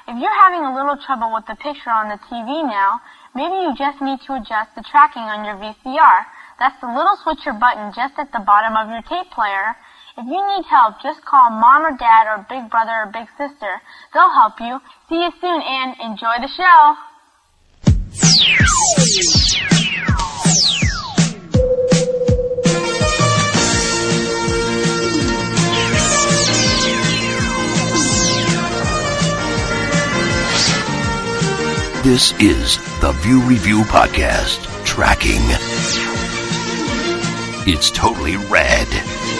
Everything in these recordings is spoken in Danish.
If you're having a little trouble with the picture on the TV now, maybe you just need to adjust the tracking on your VCR. That's the little switcher button just at the bottom of your tape player. If you need help, just call Mom or Dad or Big Brother or Big Sister. They'll help you. See you soon and enjoy the show. This is the View Review Podcast, Tracking. It's totally rad.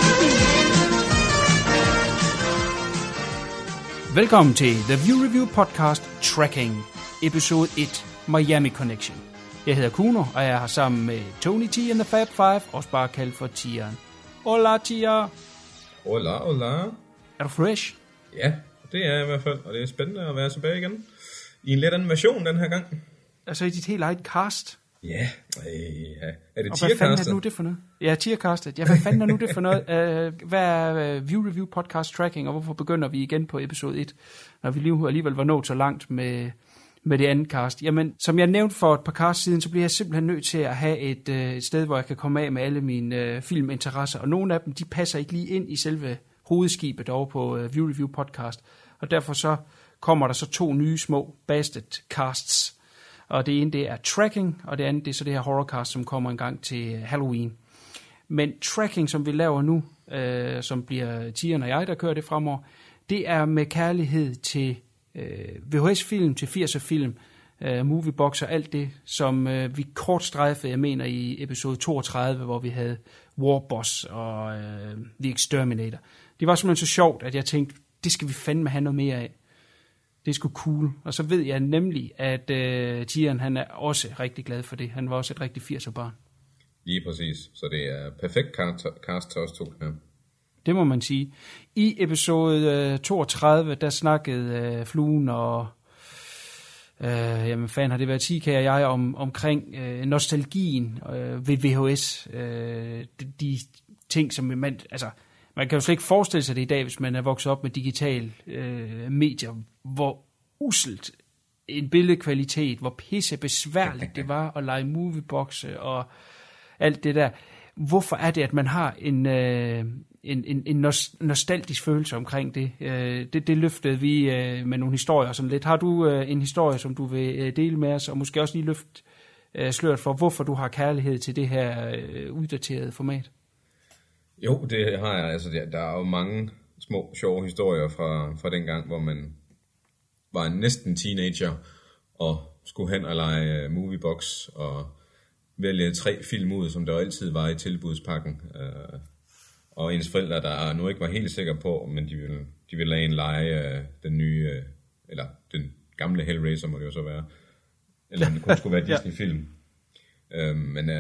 Velkommen til The View Review Podcast, Tracking, episode 1, Miami Connection. Jeg hedder Kuno, og jeg er her sammen med Tony T and the Fab Five, også bare kaldt for Tieren. Hola, Tier. Hola, hola. Er du fresh? Ja, det er jeg i hvert fald, og det er spændende at være tilbage igen. I en lidt anden version den her gang. Altså i dit helt eget cast? Ja, er det og Tiercastet? hvad fanden er nu det for noget? Ja, Tiercastet. Ja, hvad fanden er nu det for noget? Hvad er View Review Podcast Tracking, og hvorfor begynder vi igen på episode 1, når vi lige alligevel var nået så langt med det andet cast? Jamen, som jeg nævnte for et par cast siden, så bliver jeg simpelthen nødt til at have et sted, hvor jeg kan komme af med alle mine filminteresser, og nogle af dem, de passer ikke lige ind i selve hovedskibet over på View Review Podcast, og derfor så kommer der så 2 nye små bastet casts. Og det ene, det er Tracking, og det andet, det er så det her horrorcast, som kommer en gang til Halloween. Men Tracking, som vi laver nu, som bliver Tieren og jeg, der kører det fremover, det er med kærlighed til VHS-film, til 80'er-film, moviebox og alt det, som vi kort strejfede, jeg mener, i episode 32, hvor vi havde Warboss og The Exterminator. Det var simpelthen så sjovt, at jeg tænkte, det skal vi fandme have noget mere af. Det er sgu cool. Og så ved jeg nemlig, at Tieren, han er også rigtig glad for det. Han var også et rigtig 80'er-barn. Lige præcis. Så det er perfekt cast til os to her. Det må man sige. I episode 32, der snakkede Fluen og jamen fanden har det været TK og jeg omkring nostalgien ved VHS. De ting, som man kan jo slet ikke forestille sig det i dag, hvis man er vokset op med digital medier, hvor uselt en billedkvalitet, hvor pisse besværligt det var at lege movieboxe og alt det der. Hvorfor er det, at man har en nostalgisk følelse omkring det? Det løftede vi med nogle historier sådan lidt. Har du en historie, som du vil dele med os, og måske også lige løfte sløret for, hvorfor du har kærlighed til det her uddaterede format? Jo, det har jeg. Altså, der er jo mange små, sjove historier fra den gang, hvor man var næsten teenager og skulle hen og lege moviebox og vælge 3 film ud, som der altid var i tilbudspakken. Og ens forældre, der nu ikke var helt sikre på, men de ville lade en lege den nye, eller den gamle Hellraiser må det jo så være, eller det kun skulle være Disney-film. Men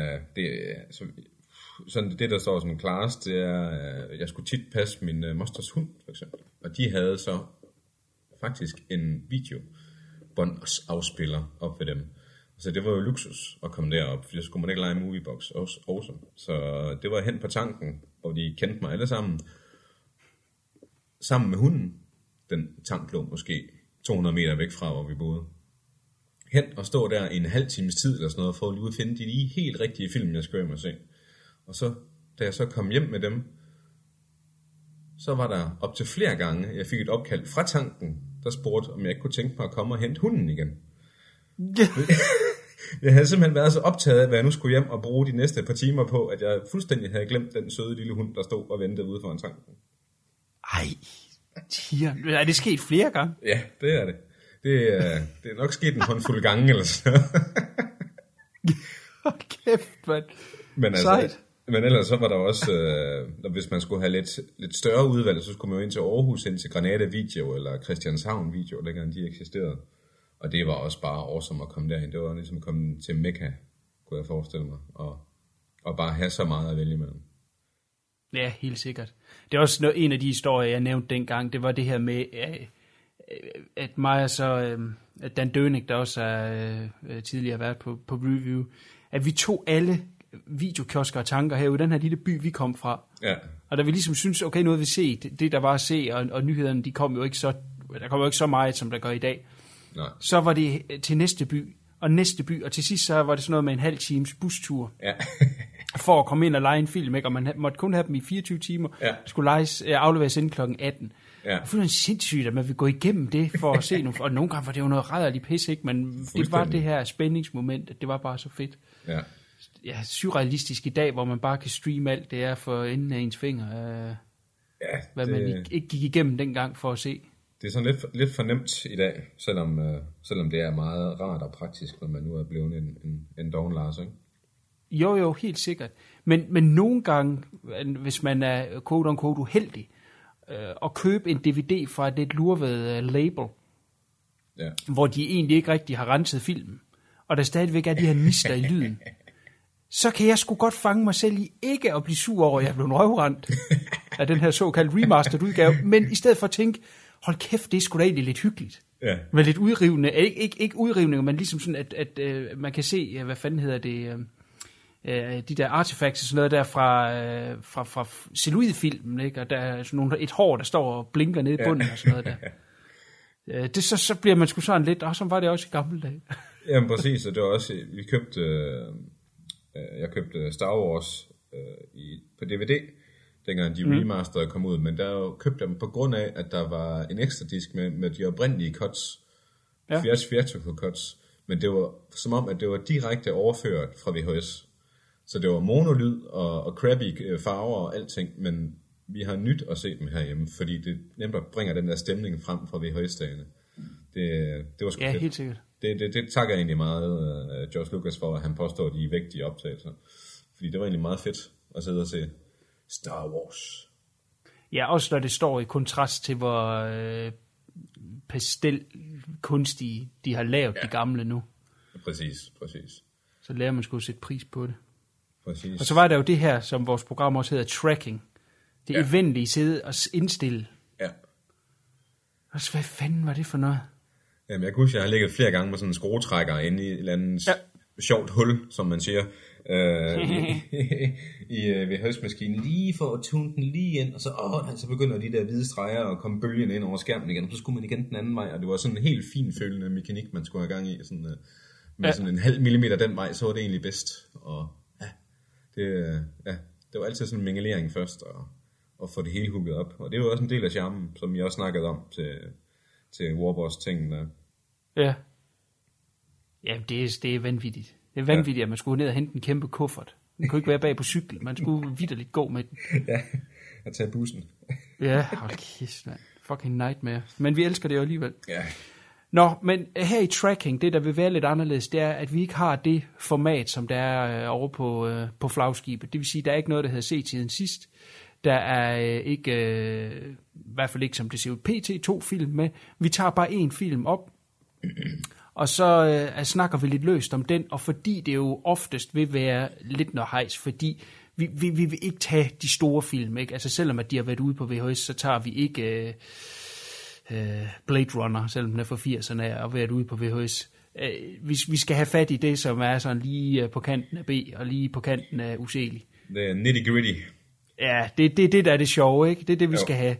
sådan det, der står som klarest, det er, at jeg skulle tit passe min mosters hund, for eksempel. Og de havde så faktisk en videobåndsafspiller op ved dem. Så det var jo luksus at komme derop, for så skulle man ikke lege moviebox også. Så det var hen på tanken, og de kendte mig alle sammen. Sammen med hunden. Den tank lå måske 200 meter væk fra, hvor vi boede. Hen og stå der i en halv times tid eller sådan noget, for at lige finde de lige helt rigtige film, jeg skulle hjem og se. Og så, da jeg så kom hjem med dem, så var der op til flere gange, jeg fik et opkald fra tanken, der spurgte, om jeg ikke kunne tænke mig at komme og hente hunden igen. Jeg havde simpelthen været så optaget af, hvad jeg nu skulle hjem og bruge de næste par timer på, at jeg fuldstændig havde glemt den søde lille hund, der stod og ventede ude foran tanken. Ej, Tieren. Er det sket flere gange? Ja, det er det. Det er nok sket en håndfuld gange eller sådan noget. Kæft, mand. Men altså, men ellers så var der også, hvis man skulle have lidt større udvalg, så skulle man jo ind til Aarhus, ind til Granada Video eller Christianshavn Video, dengang de eksisterede. Og det var også bare awesome at komme derhen. Det var ligesom at komme til Mekka, kunne jeg forestille mig, og bare have så meget at vælge imellem. Ja, helt sikkert. Det er også en af de historier, jeg nævnte dengang, det var det her med, at mig og så Dan Dønig, der også er tidligere været på review, at vi tog alle videokiosker og tanker herude i den her lille by, vi kom fra. Ja. Og da vi ligesom synes, okay, nu har vi set det, der var at se, og nyhederne, de kom jo ikke så der kommer jo ikke så meget, som der gør i dag. Nej. Så var det til næste by, og til sidst så var det sådan noget med en halv times bustur. Ja. For at komme ind og lege en film, ikke? Og man måtte kun have dem i 24 timer. Ja. Skulle afleveres inden klokken 18. Ja. Det var sindssygt, at man ville gå igennem det for at se nogle. Og nogle gange var det jo noget rædderligt pis, ikke? Men det var det her spændingsmoment, at det var bare så fedt. Ja. Ja, surrealistisk i dag, hvor man bare kan streame alt det er for enden af ens fingre. Ja, hvad man ikke gik igennem dengang for at se. Det er sådan lidt for nemt i dag, selvom det er meget rart og praktisk, når man nu er blevet en doven Lars, ikke? Jo, helt sikkert. Men nogle gange, hvis man er quote-unquote uheldig, at købe en DVD fra et lidt lurvet label, ja. hvor de egentlig ikke rigtig har renset filmen, og der stadigvæk er de her nister i lyden, så kan jeg sgu godt fange mig selv i ikke at blive sur over, at jeg er blevet røvrendt af den her såkaldt remastered udgave, men i stedet for at tænke, hold kæft, det er sgu da egentlig lidt hyggeligt. Ja. Men lidt udrivende, ikke udrivning, men ligesom sådan, at man kan se, hvad fanden hedder det, de der artifacts og sådan noget der fra celluloidfilmen, ikke? Og der er sådan et hår, der står og blinker nede i bunden og sådan noget der. Det, så bliver man sgu sådan lidt, og så var det også i gamle dage. Jamen præcis, og det var også, jeg købte Star Wars på DVD, dengang de remasterede kom ud, men der købte jeg dem på grund af, at der var en ekstra disk med de oprindelige cuts, theatrical cuts, men det var som om, at det var direkte overført fra VHS. Så det var monolyd og crappy farver og alting, men vi har nyt at se dem herhjemme, fordi det nemt bringer den der stemning frem fra VHS-dagene. Det var sgu fedt. Helt sikkert. Det takker jeg egentlig meget George Lucas for, at han påstår, at de er vægtige optagelser. Fordi det var egentlig meget fedt at sidde og se Star Wars. Ja, også når det står i kontrast til, hvor pastelkunstige de har lavet de gamle nu. Præcis. Så lærer man sgu at sætte pris på det. Præcis. Og så var der jo det her, som vores program også hedder, tracking. Det eventlige sidde og indstille. Ja. Og så hvad fanden var det for noget? Jamen, jeg kunne huske, jeg har ligget flere gange med sådan en skruetrækker inde i et eller andet sjovt hul, som man siger, i VHS-maskinen, lige for at tune den lige ind, og så begynder de der hvide streger at komme bølgen ind over skærmen igen, og så skulle man igen den anden vej, og det var sådan en helt finfølende mekanik, man skulle have gang i, sådan, med sådan en halv millimeter den vej, så var det egentlig bedst, og det var altid sådan en mingelering først, og få det hele hooket op, og det var også en del af charmen, som jeg også snakkede om til Warboss-tingen der. Ja. Ja, det er vanvittigt. Det er vanvittigt, at man skulle ned og hente en kæmpe kuffert. Man kunne ikke være bag på cykel. Man skulle vitterligt gå med den. Ja, at tage bussen. Ja, hold kæft, man. Fucking nightmare. Men vi elsker det jo alligevel. Ja. Nå, men her i tracking, det der vil være lidt anderledes, det er, at vi ikke har det format, som der er over på flagskibet. Det vil sige, der er ikke noget, der hedder se-tiden sidst. Der er ikke, i hvert fald ikke som det ser ud, pt. 2 film med. Vi tager bare en film op, og så snakker vi lidt løst om den, og fordi det jo oftest vil være lidt noget hejs, fordi vi vil ikke tage de store film, ikke? Altså selvom at de har været ude på VHS, så tager vi ikke Blade Runner, selvom den er fra 80'erne og været ude på VHS. Vi skal have fat i det, som er sådan lige på kanten af B, og lige på kanten af uselig. Det er nitty-gritty. Ja, det er det, der er det sjove, ikke? Det er det, vi skal have.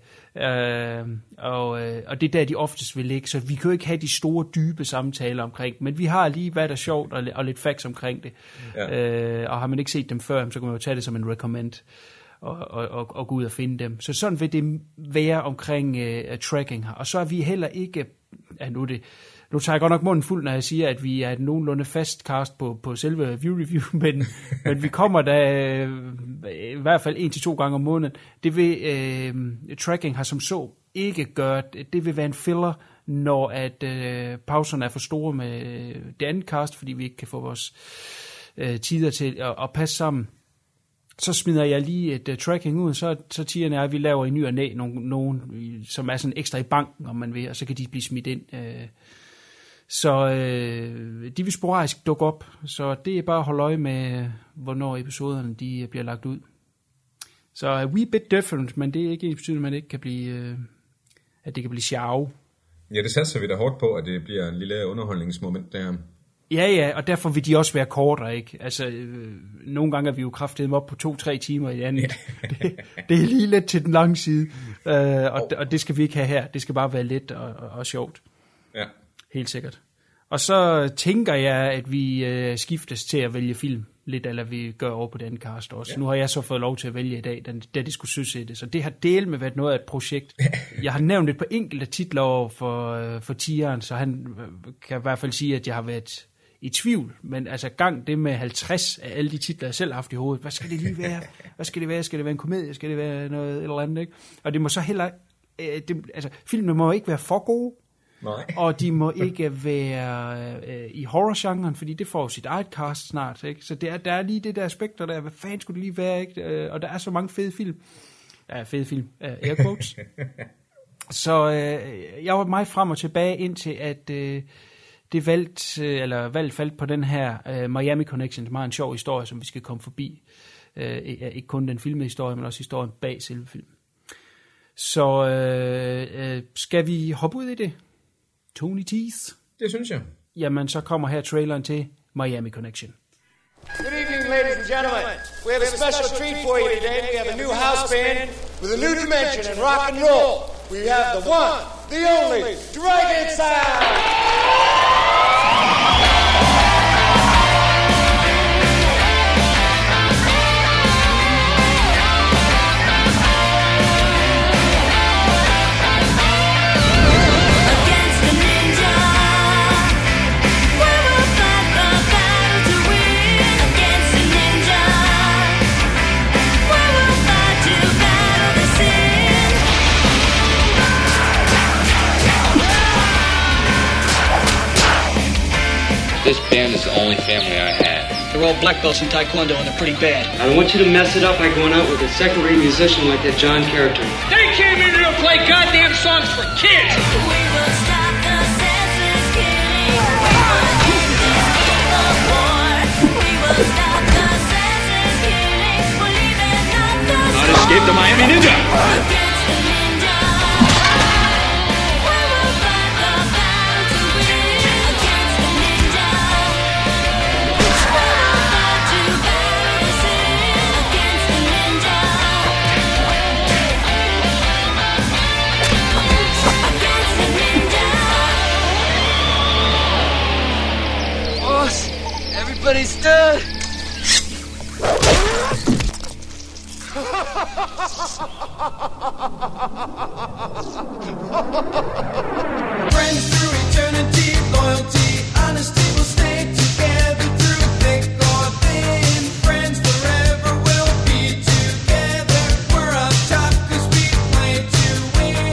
Og det er der, de oftest vil ligge. Så vi kan jo ikke have de store, dybe samtaler omkring. Men vi har lige, hvad der er sjovt, og lidt facts omkring det. Ja. Og har man ikke set dem før, så kan man jo tage det som en recommend, og gå ud og finde dem. Så sådan vil det være omkring tracking her. Og så er vi heller ikke... Ja, nu tager jeg godt nok munden fuld, når jeg siger, at vi er et nogenlunde fast cast på selve view-review, men vi kommer da i hvert fald 1 til 2 gange om måneden. Det vil tracking har som så ikke gøre, det vil være en filler, når at pauserne er for store med det andet cast, fordi vi ikke kan få vores tider til at passe sammen. Så smider jeg lige et tracking ud, så tierne er, at vi laver i ny og næ nogen, som er sådan ekstra i banken, om man vil, og så kan de blive smidt ind. Så de vil sporadisk dukke op, så det er bare at holde øje med, hvornår episoderne de bliver lagt ud. Så a wee bit different, men det er ikke betyder, at man ikke kan blive, at det kan blive sjov. Ja, det satser vi da hårdt på, at det bliver en lille underholdningsmoment der. Ja, og derfor vil de også være kortere, ikke? Altså, nogle gange er vi jo kraftedeme op på 2-3 timer i andet. Det er lige lidt til den lange side, og det skal vi ikke have her. Det skal bare være let og sjovt. Ja. Helt sikkert. Og så tænker jeg, at vi skiftes til at vælge film, lidt eller vi gør over på den cast også. Ja. Nu har jeg så fået lov til at vælge i dag, da de skulle søsætte. Så det har delt med været noget af et projekt. Jeg har nævnt et par enkelte titler over for tieren, så han kan i hvert fald sige, at jeg har været i tvivl. Men altså gang det med 50 af alle de titler, jeg selv har haft i hovedet. Hvad skal det lige være? Hvad skal det være? Skal det være en komedie? Skal det være noget et eller andet? Ikke? Og det må så heller... filmene må ikke være for gode. Nej. Og de må ikke være i horror-genren, fordi det får sit eget cast snart, ikke? Så der er lige det der aspekter der, hvad fanden skulle det lige være, ikke? Og der er så mange fede film, air quotes. Så jeg var meget frem og tilbage indtil, at det valgt faldt på den her Miami Connection, som er en sjov historie, som vi skal komme forbi. Ikke kun den filmhistorie, men også historien bag selve filmen. Så skal vi hoppe ud i det? Tony Teeth. Det synes jeg. Jamen, så kommer her traileren til Miami Connection. Good evening, ladies and gentlemen. We have a special treat for you today. We have a new house band with a new dimension in rock and roll. We have the one, the only, Dragon Sound! This band is the only family I have. They're all black belts in Taekwondo and they're pretty bad. I don't want you to mess it up by going out with a second-rate musician like that John character. They came in here to play goddamn songs for kids! We will stop the senseless killing. We will end the war. We will stop the senseless killing. We'll even not the Not escape the Miami Ninja! against the ninja. We will fight the battle to win against the ninja. We will fight to battle the sin against the ninja. Against the ninja. Boss, everybody's dead. Friends through eternity, loyalty, honesty will stay together through thick or thin. Friends forever will be together. We're up top 'cause we play to win.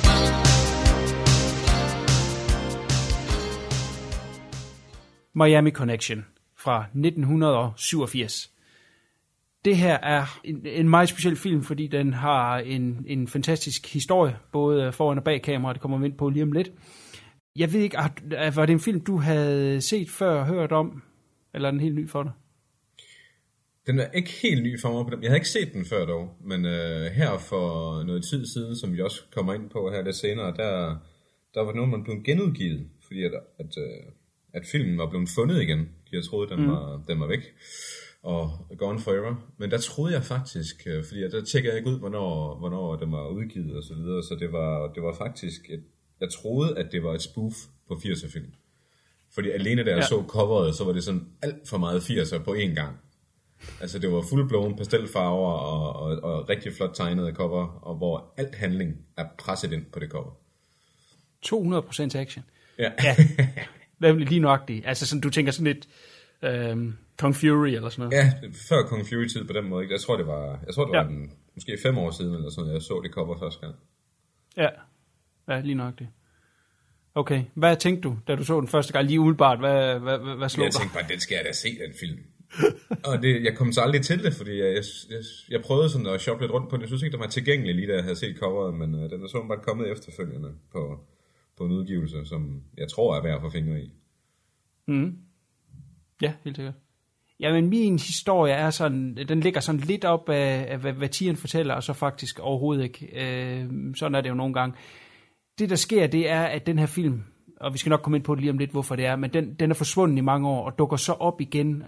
Miami Connection fra 1987. Det her er en meget speciel film, fordi den har en fantastisk historie, både foran og bag kamera, det kommer vi ind på lige om lidt. Jeg ved ikke, var det en film, du havde set før og hørt om, eller er den helt ny for dig? Den er ikke helt ny for mig. Jeg havde ikke set den før dog, men her for noget tid siden, som vi også kommer ind på her lidt senere, der var noget, man blev genudgivet, fordi at filmen var blevet fundet igen. Jeg troede, den var væk og gone forever. Men der troede jeg faktisk, fordi der tjekkede jeg ikke ud, hvornår den var udgivet og så videre, så det var faktisk, jeg troede, at det var et spoof på 80'er film. Fordi alene da jeg så coveret, så var det sådan alt for meget 80'er på én gang. Altså det var fuldblåen pastelfarver og rigtig flot tegnede cover, og hvor alt handling er presset ind på det cover. 200% action. Ja. Nemlig lige nøjagtigt. Altså sådan, du tænker sådan lidt Kung Fury eller sådan noget. Ja, før Kung Fury-tid på den måde. Ikke? Jeg tror, det var måske 5 år siden, eller sådan noget, jeg så det cover første gang. Ja, lige nøjagtigt. Okay, hvad tænkte du, da du så den første gang? Lige umiddelbart, hvad slog dig? Jeg tænkte bare, den skal jeg da se, den film. Og jeg kom så aldrig til det, fordi jeg prøvede sådan at shoppe lidt rundt på den. Jeg synes ikke, den var tilgængelig lige da jeg havde set coveret, men den er sådan bare kommet efterfølgende på en udgivelse, som jeg tror er værd at få fingre i. Mm. Ja, helt sikkert. Jamen, min historie er sådan, den ligger sådan lidt op af hvad Tieren fortæller, og så faktisk overhovedet ikke. Sådan er det jo nogle gange. Det, der sker, det er, at den her film og vi skal nok komme ind på det lige om lidt, hvorfor det er, men den er forsvundet i mange år, og dukker så op igen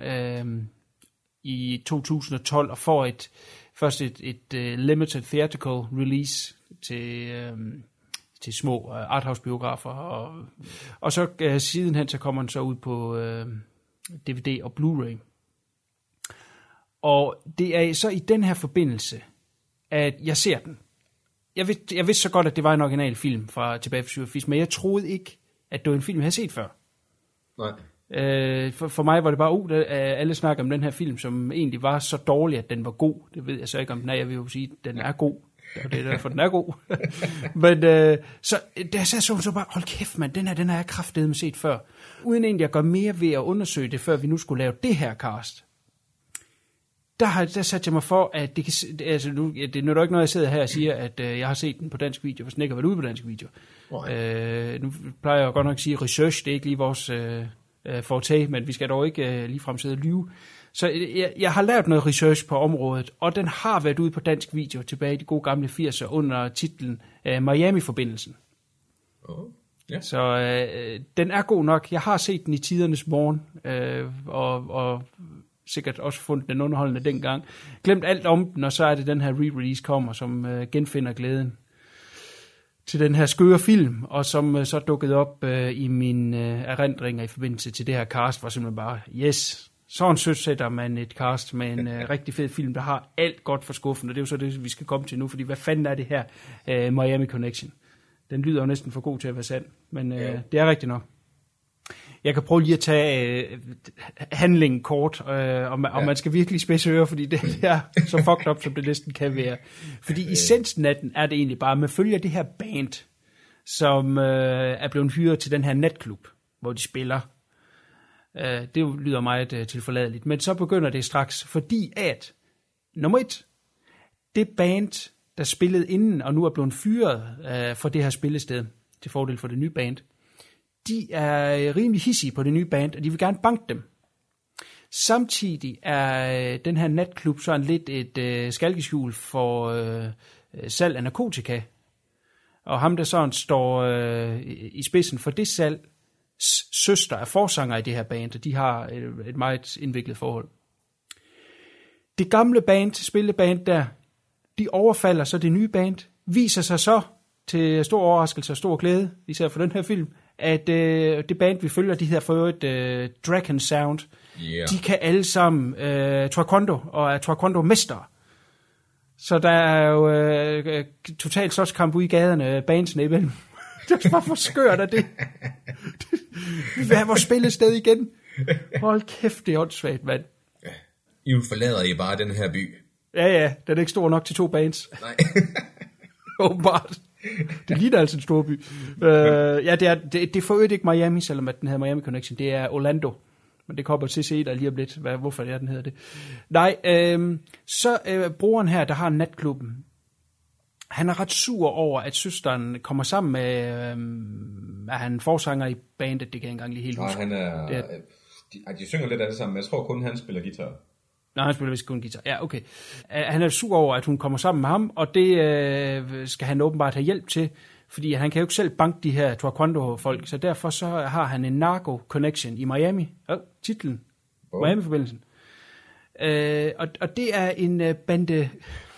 i 2012, og får først et limited theatrical release til små arthouse-biografer, og så sidenhen så kommer den så ud på DVD og Blu-ray. Og det er så i den her forbindelse, at jeg ser den. Jeg vidste så godt, at det var en original film fra tilbage fra 87, men jeg troede ikke, at det var en film, jeg havde set før. Nej. For mig var det bare, alle snakker om den her film, som egentlig var så dårlig, at den var god. Det ved jeg så ikke om den er. Jeg vil jo sige, at den er god. Og det er derfor, den er god. Men så da jeg så bare, hold kæft mand, den her er jeg kraftedeme set før. Uden egentlig at gøre mere ved at undersøge det, før vi nu skulle lave det her cast. Der satte jeg mig for, at det er ikke noget, jeg sidder her og siger, at jeg har set den på dansk video, hvis den ikke har været ude på dansk video. Nu plejer jeg godt nok at sige, research, det er ikke lige vores fortag, men vi skal dog ikke ligefrem sidde og lyve. Så jeg har lavet noget research på området, og den har været ude på dansk video tilbage i de gode gamle 80'er under titlen Miami-forbindelsen. Ja. Så den er god nok. Jeg har set den i tidernes morgen, og sikkert også fundet den underholdende dengang. Glemt alt om den, og så er det den her re-release kommer, som genfinder glæden til den her skøre film, og som så dukkede op i mine erindringer i forbindelse til det her cast, var simpelthen bare, yes, sådan sødsætter man et cast med en rigtig fed film, der har alt godt for skuffen, og det er jo så det, vi skal komme til nu, fordi hvad fanden er det her Miami Connection? Den lyder jo næsten for god til at være sand, men det er rigtigt nok. Jeg kan prøve lige at tage handlingen kort, og man skal virkelig spidse ører, fordi det er så fucked up, som det næsten kan være. Fordi essensen af den er det egentlig bare, at man følger det her band, som er blevet hyret til den her natklub, hvor de spiller. Det lyder meget tilforladeligt, men så begynder det straks, fordi at, nummer 1, det band, der spillede inden, og nu er blevet fyret fra det her spillested, til fordel for det nye band, de er rimelig hissige på det nye band, og de vil gerne banke dem. Samtidig er den her natklub sådan lidt et skalkeskjul for salg af narkotika. Og ham, der sådan står i spidsen for det salg, søster er forsanger i det her band, og de har et meget indviklet forhold. Det gamle band, spilleband der, de overfalder så det nye band, viser sig så til stor overraskelse og stor glæde, især for den her film, at det band, vi følger, de her for øvrigt Dragon Sound, de kan alle sammen taekwondo, og er taekwondo-mestere. Så der er jo totalt slåskamp ude i gaderne, bandsene imellem. Det er bare for skørt af det. Vi vil have vores spillested igen. Hold kæft, det er åndssvagt, mand. I forlader I bare den her by. Ja, den er ikke stor nok til 2 bands. Nej. Åbenbart. Det ligner altså en stor by. Det er for øvrigt ikke Miami, selvom at den hedder Miami Connection. Det er Orlando. Men det kommer til at se der lige om lidt, hvorfor det er, den hedder det. Nej, så broren her, der har natklubben, han er ret sur over, at søsteren kommer sammen med, at han forsanger i bandet, det kan jeg engang lige helt huske. Han er, de synger lidt af det sammen, men jeg tror kun, han spiller guitar. Nej, han spiller vist kun guitar. Ja, okay. Han er sur over, at hun kommer sammen med ham, og det skal han åbenbart have hjælp til, fordi han kan jo ikke selv banke de her taekwondo-folk, så derfor så har han en narco-connection i Miami. Titlen. Miami-forbindelsen. Og det er en bande...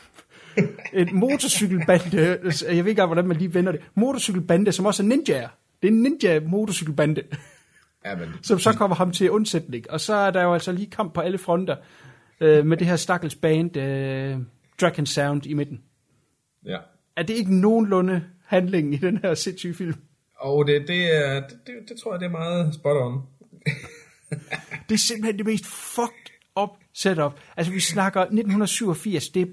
en motorcykelbande, jeg ved ikke engang, hvordan man lige vender det. Motorcykelbande, som også er ninjaer. Det er en ninja-motorcykelbande, som så kommer ham til undsætning. Og så er der jo altså lige kamp på alle fronter med det her stakkels band, Dragon Sound i midten. Ja. Er det ikke nogenlunde handlingen i den her sindssyge film? Og det tror jeg, det er meget spot on. Det er simpelthen det mest fucked up setup. Altså, vi snakker 1987, det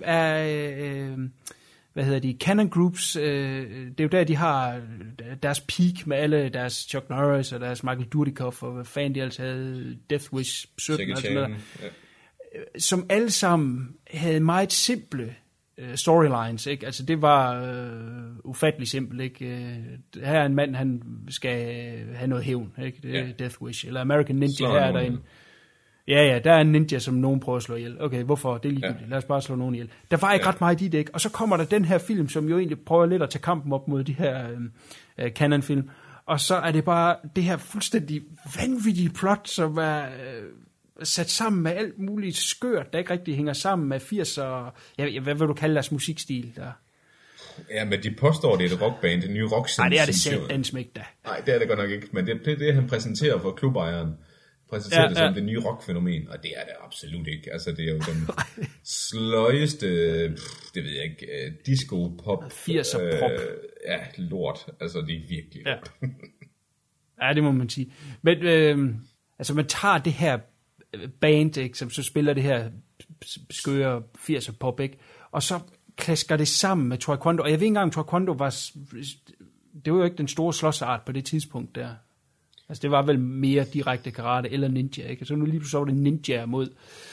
er, Canon Groups, det er jo der, de har deres peak med alle deres Chuck Norris og deres Michael Dudikoff, og hvad fanden de altså havde, Death Wish 17 og sådan noget, som alle sammen havde meget simple storylines, ikke? Altså, det var ufattelig simpelt, ikke? Her er en mand, han skal have noget hævn, ikke? Det er Death Wish, eller American Ninja, her er der en... Ja, der er en ninja, som nogen prøver at slå ihjel. Okay, hvorfor? Det er ligegyldigt. Lad os bare slå nogen ihjel. Der var ikke ret meget i det, ikke? Og så kommer der den her film, som jo egentlig prøver lidt at tage kampen op mod de her Canon-film. Og så er det bare det her fuldstændig vanvittige plot, som er sat sammen med alt muligt skørt, der ikke rigtig hænger sammen med 80'er. Hvad vil du kalde deres musikstil der? Ja, men de påstår, det er et rockband, en ny rock. Nej, det er det satans ikke da. Nej, det er det godt nok ikke, men det er det, han præsenterer for klubejeren. Præsenterer det som det nye rockfænomen, og det er det absolut ikke. Altså, det er jo den sløjeste, det ved jeg ikke, disco-pop. 80'er pop. Ja, lort. Altså, det er virkelig lort. Ja, det må man sige. Men altså, man tager det her band, ikke, som så spiller det her skøre 80'er pop, ikke, og så klasker det sammen med Taekwondo. Og jeg ved ikke engang, Taekwondo det var jo ikke den store slåsart på det tidspunkt der. Altså, det var vel mere direkte karate eller ninja, ikke? Så nu lige pludselig var det ninja mod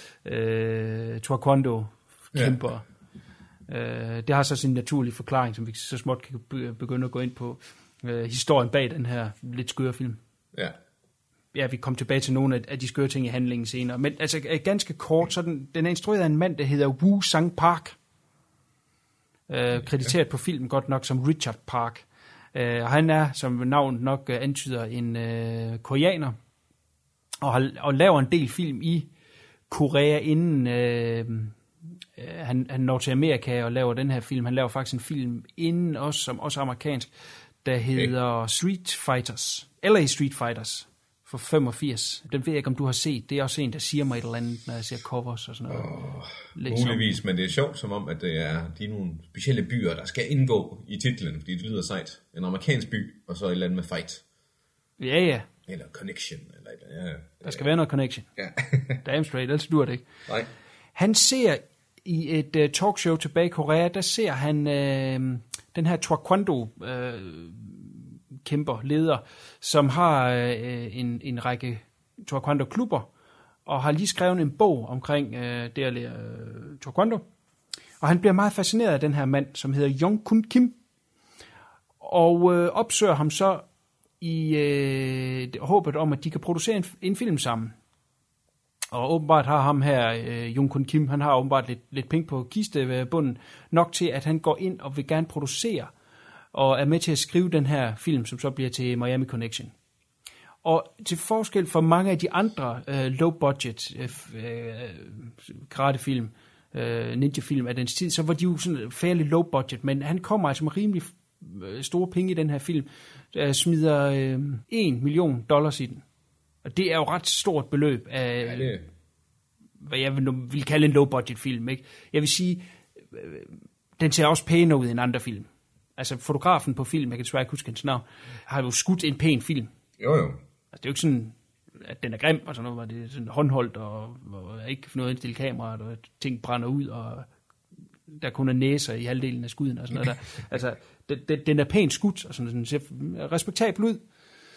Taekwondo-kæmper. Ja. Det har så sin naturlige forklaring, som vi så småt kan begynde at gå ind på. Historien bag den her lidt skøre film. Ja. Ja, vi kommer tilbage til nogle af de skøre ting i handlingen senere. Men altså, ganske kort, så den er instrueret af en mand, der hedder Woo Sang Park. Krediteret på filmen godt nok som Richard Park. Og han er, som navnet nok antyder, en koreaner, og laver en del film i Korea, inden han når til Amerika og laver den her film. Han laver faktisk en film inden også, som også er amerikansk, der hedder Street Fighters, LA Street Fighters, for 85. Den ved jeg ikke, om du har set. Det er også en, der siger mig et eller andet, når jeg ser covers og sådan noget. Muligvis, men det er sjovt, som om, at de er nogle specielle byer, der skal indgå i titlen, fordi det lyder sejt. En amerikansk by, og så et eller andet med fight. Ja. Eller connection. Eller, ja. Der skal være noget connection. Ja. Damn straight, ellers dur det ikke. Nej. Han ser i et talkshow tilbage i Korea, der ser han den her Taekwondo kæmper, leder, som har en række Taekwondo-klubber, og har lige skrevet en bog omkring det at lære Taekwondo. Og han bliver meget fascineret af den her mand, som hedder Jong Kun Kim, og opsøger ham så i håbet om, at de kan producere en film sammen. Og åbenbart har ham her, Jong Kun Kim, han har åbenbart lidt penge på kistebunden, nok til, at han går ind og vil gerne producere, og er med til at skrive den her film, som så bliver til Miami Connection. Og til forskel for mange af de andre low-budget karatefilm, ninja-film af dens tid, så var de jo sådan fairly low-budget, men han kommer altså med rimelig store penge i den her film, smider $1 million i den. Og det er jo ret stort beløb af, hvad jeg vil kalde en low-budget film, ikke? Jeg vil sige, den ser også pænere ud end andre film. Altså fotografen på film, jeg kan desværre ikke huske hans navn, har jo skudt en pæn film. Jo. Altså det er jo ikke sådan, at den er grim og sådan noget, hvor det er sådan håndholdt, og ikke noget indstillet kamera, og ting brænder ud, og der kun er næser i halvdelen af skuden og sådan noget der. Altså den er pænt skudt, og sådan, den ser respektabel ud.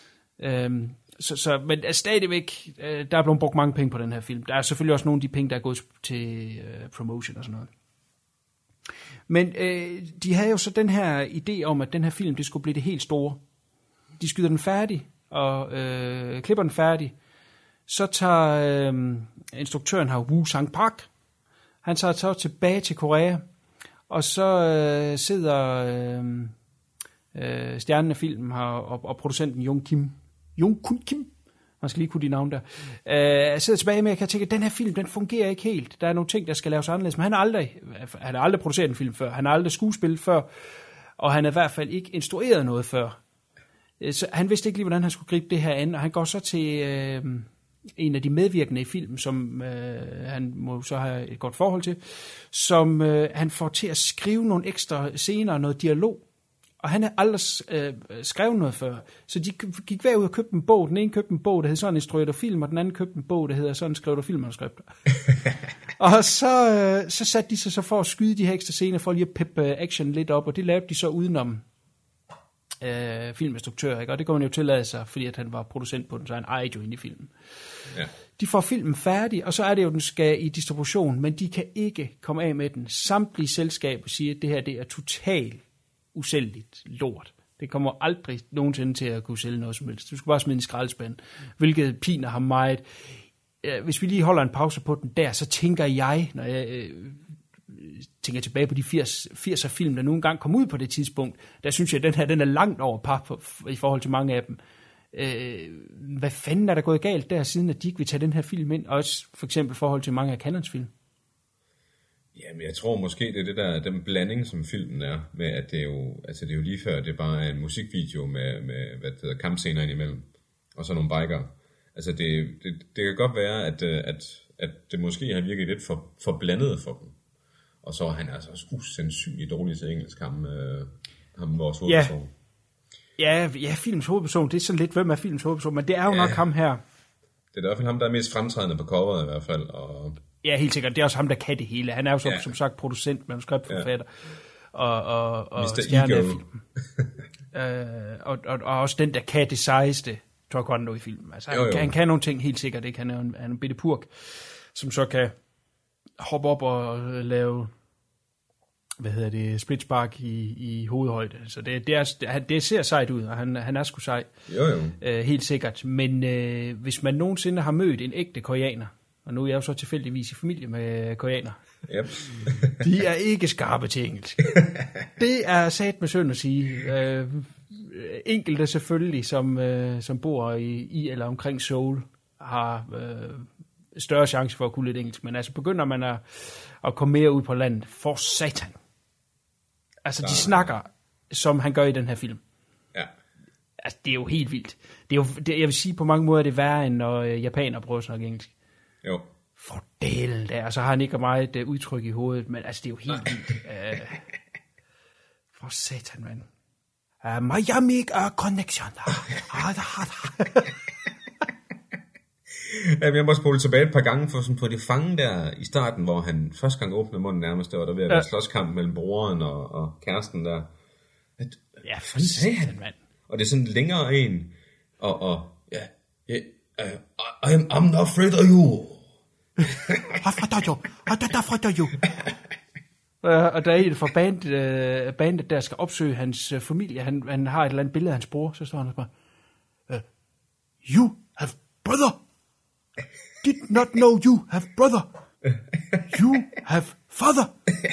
Men stadigvæk, der er blevet brugt mange penge på den her film. Der er selvfølgelig også nogle af de penge, der er gået til promotion og sådan noget. Men de havde jo så den her idé om, at den her film, det skulle blive det helt store. De skyder den færdig, og klipper den færdig. Så tager instruktøren her, Woo Sang Park, han tager så tilbage til Korea, og så sidder stjernen af filmen her, og producenten Jong Kun Kim, man skal lige kunne de navne der, sidder tilbage med, at jeg tænker, at den her film, den fungerer ikke helt. Der er nogle ting, der skal laves anderledes, men han har aldrig produceret en film før, han har aldrig skuespillet før, og han har i hvert fald ikke instrueret noget før. Så han vidste ikke lige, hvordan han skulle gribe det her an, og han går så til en af de medvirkende i filmen, som han må så have et godt forhold til, som han får til at skrive nogle ekstra scener og noget dialog. Og han havde aldrig skrevet noget før. Så de gik hver ud og købte en bog. Den ene købte en bog, der hed sådan instrueret film, og den anden købte en bog, der hedder sådan skrevet filmanuskripter. Og så satte de sig så for at skyde de her ekstra scener, for lige at peppe action lidt op, og det lavede de så udenom filminstruktør, ikke? Og det kunne man jo tillade sig, fordi at han var producent på den, så han ejede jo ind i filmen. Ja. De får filmen færdig, og så er det jo, den skal i distribution, men de kan ikke komme af med den. Samtlige selskaber siger, at det her, det er totalt usælgeligt lort. Det kommer aldrig nogensinde til at kunne sælge noget som helst. Du skal bare smide en skraldespand, hvilket piner ham meget. Hvis vi lige holder en pause på den der, så tænker jeg, når jeg tænker tilbage på de 80'er film, der nu engang kom ud på det tidspunkt, der synes jeg, at den er langt over par i forhold til mange af dem. Hvad fanden er der gået galt der, siden at de ikke vil tage den her film ind, også for eksempel i forhold til mange af Cannons film? Jamen, jeg tror måske, det er det der, den blanding, som filmen er, med at det er jo, altså det er jo lige før, det er bare en musikvideo med hvad det hedder, kampscener indimellem, og så nogle biker. Altså det kan godt være, at det måske har virket lidt for blandet for dem. Og så er han altså også usandsynligt dårlig til engelsk, ham vores hovedperson. Ja, films hovedperson, det er sådan lidt, hvem er films hovedperson, men det er jo nok ham her. Det er i hvert fald ham, der er mest fremtrædende på coveret i hvert fald. Og ja, helt sikkert. Det er også ham, der kan det hele. Han er jo som sagt producent, manuskriptforfatter og stjerne af filmen. Og også den, der kan det sejeste taekwondo i filmen. Altså, han kan nogle ting helt sikkert, ikke? Han er en bitte purk, som så kan hoppe op og lave splitspark i hovedhøjde. Så det ser sejt ud, og han er sgu sej. Jo. Helt sikkert. Men hvis man nogensinde har mødt en ægte koreaner, og nu er jeg jo så tilfældigvis i familie med koreaner, yep. de er ikke skarpe til engelsk. Det er sat med synd at sige. Enkelte selvfølgelig, som bor i eller omkring Seoul, har større chance for at kunne lidt engelsk, men altså begynder man at komme mere ud på landet, for satan. Altså de snakker, som han gør i den her film. Ja. Altså det er jo helt vildt. Jeg vil sige, på mange måder er det værre, end når japaner prøver at snakke engelsk. Jo. For delen der, og så har han ikke meget udtryk i hovedet, men altså det er jo helt vildt. For satan, mand. Miami Connection. Jeg må spole tilbage et par gange for sådan på det fange der i starten, hvor han første gang åbnede munden nærmest, og der ved at være slåskamp mellem broren og kæresten der. Ja, for satan, mand. Og det er sådan længere en, og I'm not afraid of you. Afraid of you. Og der er en fra bandet, der skal opsøge hans familie. Han har et eller andet billede af hans bror, så står han og spørger, you have brother. Did not know you have brother. You have father.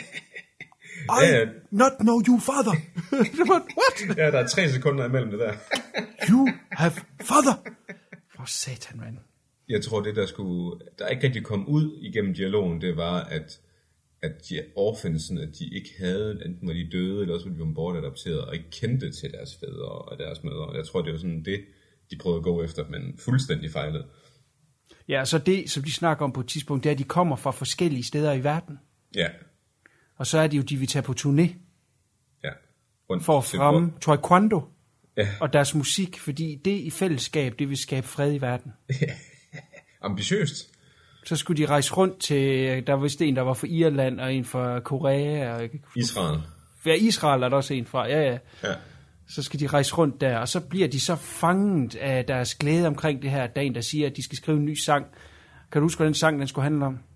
I not know you father. What? Ja, der er 3 sekunder imellem det der. You have father. For satan, mand. Jeg tror, det der ikke rigtig kom ud igennem dialogen, det var, at de orphansen, at de ikke havde, enten var de døde, eller også var de blevet bortadopteret, og ikke kendte til deres fædre og deres mødre. Jeg tror, det var sådan det, de prøvede at gå efter, men fuldstændig fejlet. Ja, så det, som de snakker om på et tidspunkt, det er, at de kommer fra forskellige steder i verden. Ja. Og så er det jo, de vil tage på turné. Ja. For at fremme taekwondo. Ja. Og deres musik, fordi det i fællesskab, det vil skabe fred i verden. Ambitiøst. Så skulle de rejse rundt til, der var vist en, der var fra Irland, og en fra Korea. Og Israel. Ja, Israel er der også en fra, ja. Så skal de rejse rundt der, og så bliver de så fanget af deres glæde omkring det her, dagen, der siger, at de skal skrive en ny sang. Kan du huske, hvad den sang, den skulle handle om?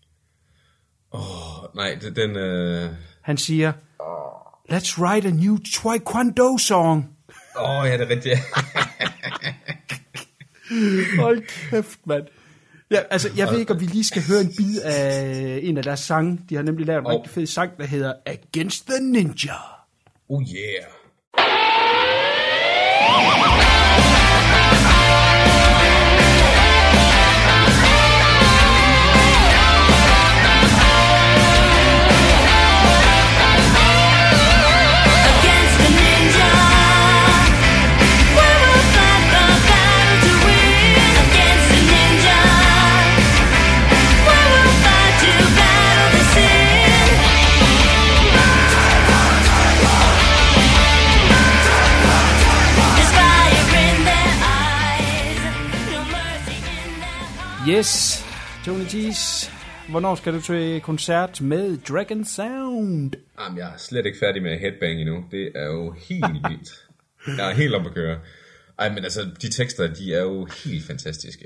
Nej, den... Han siger, let's write a new taekwondo song. Ja, det er rigtigt. Hold kæft, mand. Ja, altså, jeg ved ikke, om vi lige skal høre en bid af en af deres sange. De har nemlig lavet en rigtig fed sang, der hedder Against the Ninja. Oh yeah. Yes, Tony G's. Hvornår skal du til koncert med Dragon Sound? Jamen, jeg er slet ikke færdig med headbang endnu. Det er jo helt vildt. Jeg er helt op at køre. Ej, men altså, de tekster, de er jo helt fantastiske.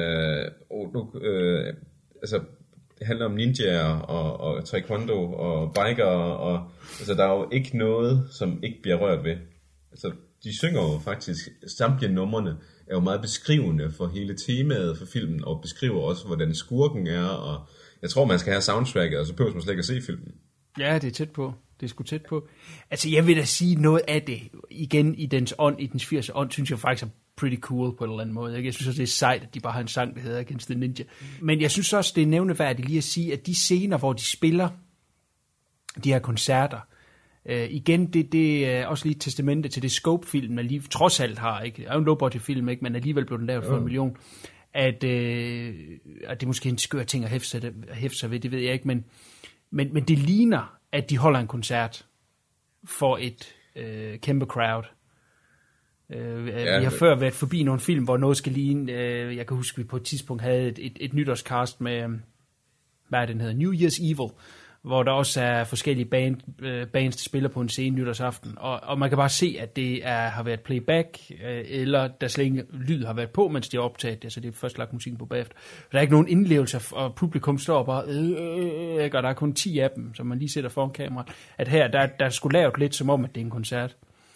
Altså, det handler om ninjaer og taekwondo og biker, og altså, der er jo ikke noget, som ikke bliver rørt ved. Altså, de synger jo faktisk, samtlige numrene er jo meget beskrivende for hele temaet for filmen, og beskriver også, hvordan skurken er, og jeg tror, man skal have soundtracket, og så behøver man slet ikke at se filmen. Ja, det er tæt på. Det er sgu tæt på. Altså, jeg vil da sige noget af det. Igen, i dens ånd, i dens 80'er ånd, synes jeg faktisk er pretty cool på en eller anden måde. Ikke? Jeg synes også, det er sejt, at de bare har en sang, der hedder Against the Ninja. Men jeg synes også, det er nævneværdigt lige at sige, at de scener, hvor de spiller de her koncerter, igen, det er også lige et testamente til det Scope-film, man lige trods alt har. Ikke? Det er jo en low-budget-film, ikke? Men alligevel blev den lavet for 1 million. At det er måske en skør ting at hæfte sig ved, det ved jeg ikke, men det ligner, at de holder en koncert for et kæmpe crowd. Vi har før været forbi nogle film, hvor noget skal ligne, jeg kan huske, at vi på et tidspunkt havde et nytårscast med, hvad den hedder, New Year's Evil, hvor der også er forskellige bands, der spiller på en scene nytårsaften, og man kan bare se, at det har været playback, eller der slet ikke lyd har været på, mens de har optaget det, så det er først lagt musikken på bagefter. Der er ikke nogen indlevelse, og publikum står bare, og der er kun 10 af dem, som man lige sætter foran kameraet, at her, der skulle lavet lidt som om, at det er en koncert.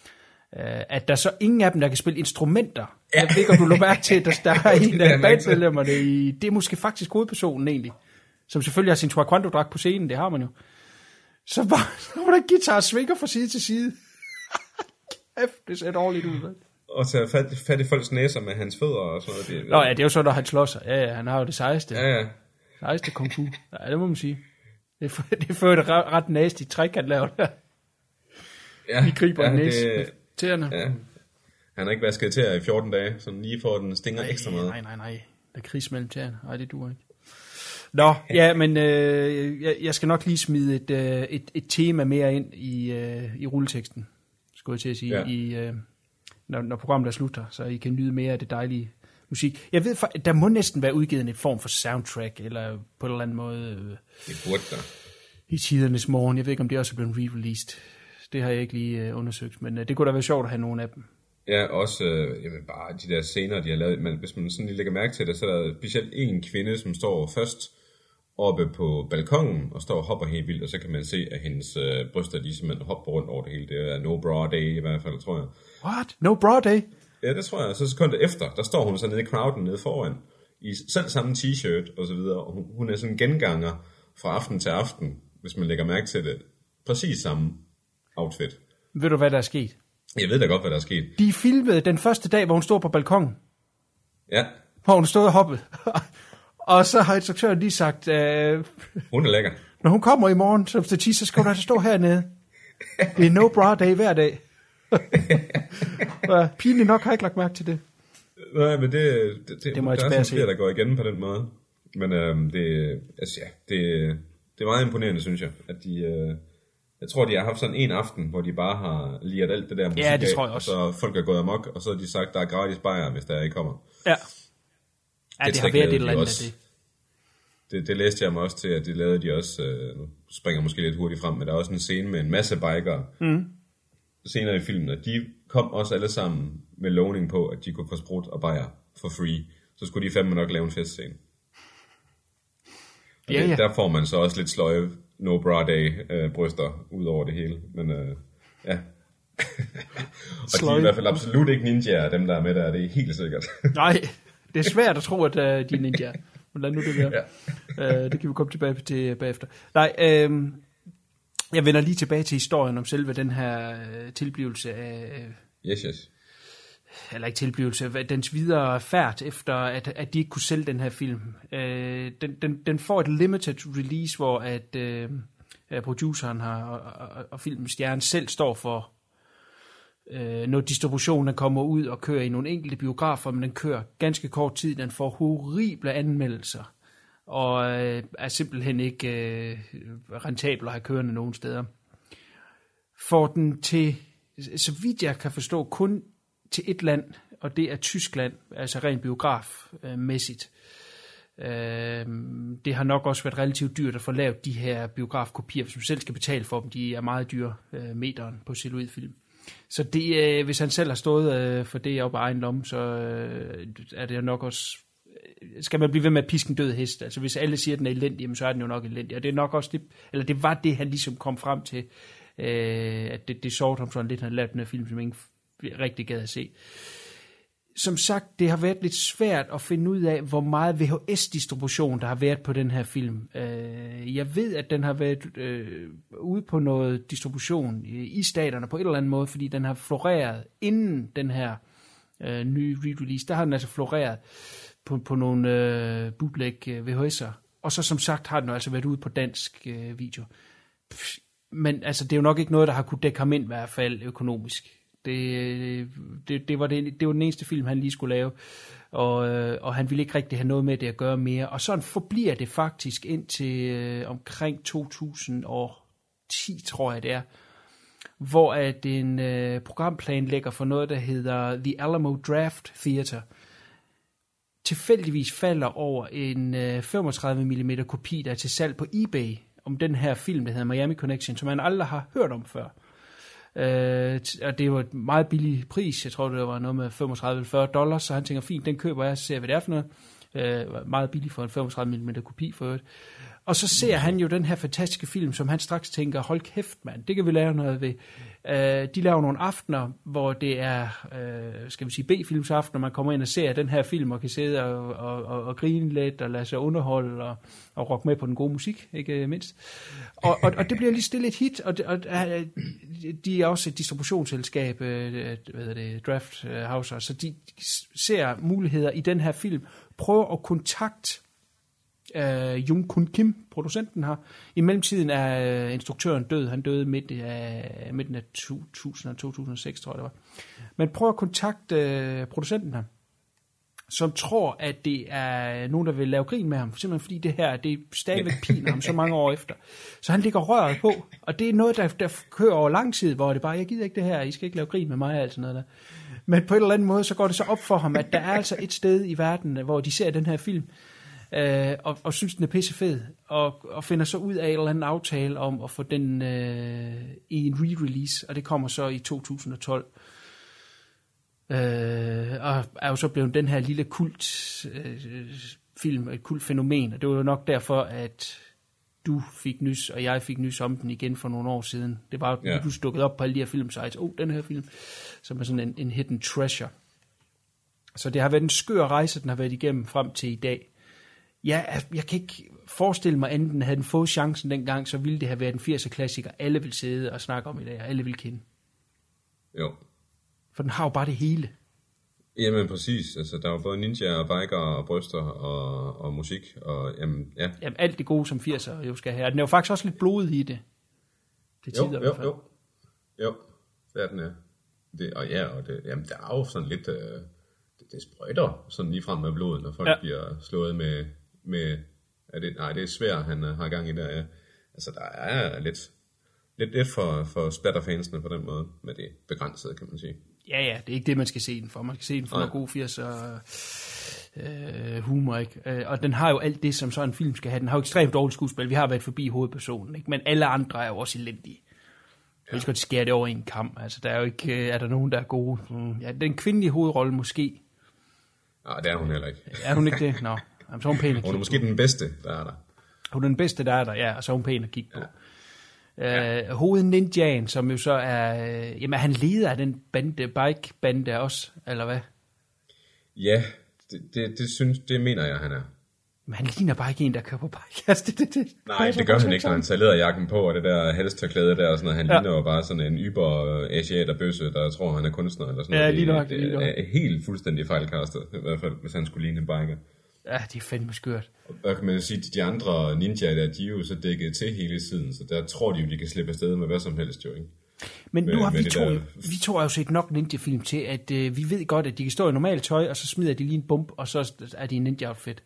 At der så ingen af dem, der kan spille instrumenter. Jeg ved ikke, om du lå mærke til, at der er en af bandmedlemmerne i, det er måske faktisk hovedpersonen egentlig, som selvfølgelig har sin taekwondo-dragt på scenen, det har man jo. Så var der guitar svinger fra side til side. Det ser dårligt ud. Og tage fat i folks næser med hans fødder og sådan noget. Nå ja, det er jo så, når han slår sig. Ja, han har jo det sejeste. Ja. Sejeste kung fu. Ja, det må man sige. Det er for et ret nasty træk, han laver der. Ja, Vi griber en næse med tæerne. Ja. Han har ikke vasket tæer i 14 dage, så lige får den stinger ekstra meget. Nej. Der er kris mellem tæerne. Nej, det duer ikke. Nå, ja, men jeg skal nok lige smide et tema mere ind i rulleteksten, skulle jeg til at sige, når programmet er slut her, så I kan nyde mere af det dejlige musik. Jeg ved, der må næsten være udgivet en form for soundtrack, eller på en eller anden måde Det burde der. i tidernes morgen. Jeg ved ikke, om det også er blevet re-released. Det har jeg ikke lige undersøgt, men det kunne da være sjovt at have nogle af dem. Ja, også bare de der scener, de har lavet. Men hvis man sådan lige lægger mærke til det, så er der specielt en kvinde, som står først oppe på balkongen og står og hopper helt vildt, og så kan man se, at hendes bryster, de simpelthen hopper rundt over det hele. Det er no bra day i hvert fald, tror jeg. What? No bra day? Ja, det tror jeg. Så sekunder efter, der står hun så nede i crowden nede foran, i selv samme t-shirt og så videre. Og hun er sådan en genganger fra aften til aften, hvis man lægger mærke til det. Præcis samme outfit. Ved du, hvad der er sket? Jeg ved da godt, hvad der er sket. De filmede den første dag, hvor hun stod på balkongen. Ja. Hvor hun stod og hoppede. Og så har instruktøren lige sagt, Hun er lækker. når hun kommer i morgen som statist, så skal hun altså stå hernede. Det er no bra day hver dag. Pinligt nok har jeg ikke lagt mærke til det. Nej, men det må jeg der tilbage er se. sådan flere, der går igen på den måde. Men det er meget imponerende, synes jeg. At de, jeg tror, de har haft sådan en aften, hvor de bare har liret alt det der musik Ja, det af, tror jeg også. og så folk er gået amok, og så har de sagt, der er gratis bajer, hvis der ikke kommer. Ja, det har været et eller andet af det. Det læste jeg mig også til, at det lavede de også, nu springer måske lidt hurtigt frem, men der er også en scene med en masse bikere senere i filmen, og de kom også alle sammen med lovning på, at de kunne få sprut og bajer for free. Så skulle de fandme nok lave en festscene. Og Ja. der får man så også lidt sløje no bra day bryster ud over det hele, men ja. Og de er i hvert fald absolut ikke ninjaer, dem der er med der, det er helt sikkert. Nej, det er svært at tro, at de er ninja. Men lad nu det være. Ja. Det kan vi komme tilbage til bagefter. Nej, jeg vender lige tilbage til historien om selve den her tilblivelse af... Yes. Eller ikke tilblivelse, dens videre færd efter, at de ikke kunne sælge den her film. Den får et limited release, hvor at produceren og filmens stjerne selv står for, når distributionen kommer ud og kører i nogle enkelte biografer, men den kører ganske kort tid, den får horrible anmeldelser, og er simpelthen ikke rentabel at have kørende nogen steder. Får den til, så vidt jeg kan forstå, kun til et land, og det er Tyskland, altså rent biografmæssigt. Det har nok også været relativt dyrt at få lavet de her biografkopier, hvis man selv skal betale for dem. De er meget dyre, meteren på celluloidfilm. Så det, hvis han selv har stået for det op af egen lomme, så er det nok også... Skal man blive ved med at piske en død hest? Altså hvis alle siger, at den er elendig, jamen, så er den jo nok elendig. Og det er nok også det, eller det var det, han ligesom kom frem til, at det sårede ham sådan lidt, han lavede den her film, som ingen rigtig gad at se. som sagt, det har været lidt svært at finde ud af, hvor meget VHS-distribution, der har været på den her film. Jeg ved, at den har været ude på noget distribution i staterne på et eller andet måde, fordi den har floreret inden den her nye re-release. Der har den altså floreret på nogle bootleg VHS'er. Og så som sagt har den altså været ude på dansk video. Men altså, det er jo nok ikke noget, der har kunne dække ham ind i hvert fald økonomisk. Det var den eneste film, han lige skulle lave, og han ville ikke rigtig have noget med det at gøre mere. Og sådan forbliver det faktisk indtil omkring 2010, tror jeg det er, hvor at en programplanlægger for noget, der hedder The Alamo Draft Theater, tilfældigvis falder over en 35 mm kopi, der er til salg på eBay, om den her film, der hedder Miami Connection, som man aldrig har hørt om før. Og det var et meget billig pris. Jeg tror, det var noget med $35-40, så han tænker, fint, den køber jeg, så ser jeg, hvad det er for noget. Meget billig for en 35 mm kopi for øvrigt. Og så ser han jo den her fantastiske film, som han straks tænker, hold kæft mand, det kan vi lave noget ved. De laver nogle aftener, hvor det er, skal vi sige, B-filmsaftener, man kommer ind og ser den her film, og kan sidde og grine lidt, og lade sig underholde, og rocke med på den gode musik, ikke mindst. Og det bliver lige stille et hit, og de er også et distributionsselskab, Draft House, så de ser muligheder i den her film, prøver at kontakte Jung Kun Kim, producenten her. I mellemtiden er instruktøren død. Han døde midten af 2006, tror jeg det var. Men prøv at kontakte producenten her, som tror, at det er nogen, der vil lave grin med ham. Simpelthen fordi det her, det stadigvæk piner ham så mange år efter. Så han ligger røret på. Og det er noget, der kører over lang tid, hvor det bare, jeg gider ikke det her, I skal ikke lave grin med mig, altså noget der. Men på en eller anden måde, så går det så op for ham, at der er altså et sted i verden, hvor de ser den her film, og synes, den er pissefed, og finder så ud af en eller anden aftale om at få den i en re-release, og det kommer så i 2012. Og er jo så blevet den her lille kult film, et kult fænomen, og det var jo nok derfor, at du fik nys, og jeg fik nys om den igen for nogle år siden. Det var jo du stukket op på alle de her filmsites. Den her film, som er sådan en hidden treasure. Så det har været en skør rejse, den har været igennem frem til i dag. Ja, jeg kan ikke forestille mig, enten havde den fået chancen dengang, så ville det have været en 80'er klassiker, alle vil sidde og snakke om i dag, og alle vil kende. Jo. For den har jo bare det hele. Jamen præcis, altså der var både ninja og biker og bryster og musik, og jamen, ja. Jamen alt det gode, som 80'er jo skal have. Den er jo faktisk også lidt blodet i det. Det tider i hvert fald. Jo, det er den, ja. Og det, jamen der er jo sådan lidt... Det sprøjter sådan lige frem med blodet, når folk bliver slået med det er svært, han har gang i der. Ja. Altså der er lidt for splatterfansene på den måde, med det begrænsede, kan man sige. Ja, det er ikke det, man skal se den for. Man skal se den for noget god 80'er humor, ikke? Og den har jo alt det, som sådan en film skal have. Den har jo ekstremt dårligt skuespil. Vi har været forbi hovedpersonen, ikke? Men alle andre er jo også elendige. Jeg skal godt skære det over i en kamp. Altså, der er jo ikke, er der nogen, der er gode? Ja, den kvindelige hovedrolle måske. Nej, det er hun heller ikke. Er hun ikke det? Nå, jamen, så er hun pæn at kigge Hun er måske den bedste, der er der. Hun er den bedste, der er der, ja, og så er hun pæn at kigge på. Hovedninjaen, som jo så er... jamen, han leder af den bike-bande også, eller hvad? Ja, det mener jeg, han er. Men han ligner bare ikke en, der kører på bike. Altså, Nej, det gør han ikke, når han tager læderjakken på, og det der halstørklæde der, og sådan noget. Han ligner jo bare sådan en asiaterbøsse, der tror, han er kunstner, eller sådan noget. Lige nok. Det er helt fuldstændig fejlkastet, i hvert fald, hvis han skulle ligne en biker. Ja, de er fandme skørt. Og kan man sige, de andre ninjaer der, de er jo så dækket til hele tiden, så der tror de jo, de kan slippe afsted med hvad som helst, jo, ikke? Men nu har vi to jo set nok ninja-film til, at vi ved godt, at de kan stå i normalt tøj, og så smider de lige en bump, og så er de en ninja-outfit.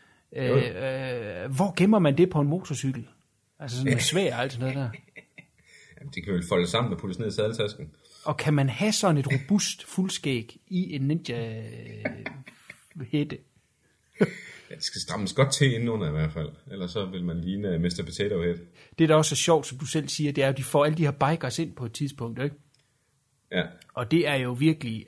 Hvor gemmer man det på en motorcykel? Altså sådan noget svær og alt sådan noget der. Jamen, de kan vel folde sammen og puttes ned i sadeltasken. Og kan man have sådan et robust fuldskæg i en ninja-hætte? Ja, det skal strammes godt til indenunder i hvert fald. Ellers så vil man ligne Mr. Potato Head. Det, der også er sjovt, som du selv siger, det er, at de får alle de her bikers ind på et tidspunkt, ikke? Ja. Og det er jo virkelig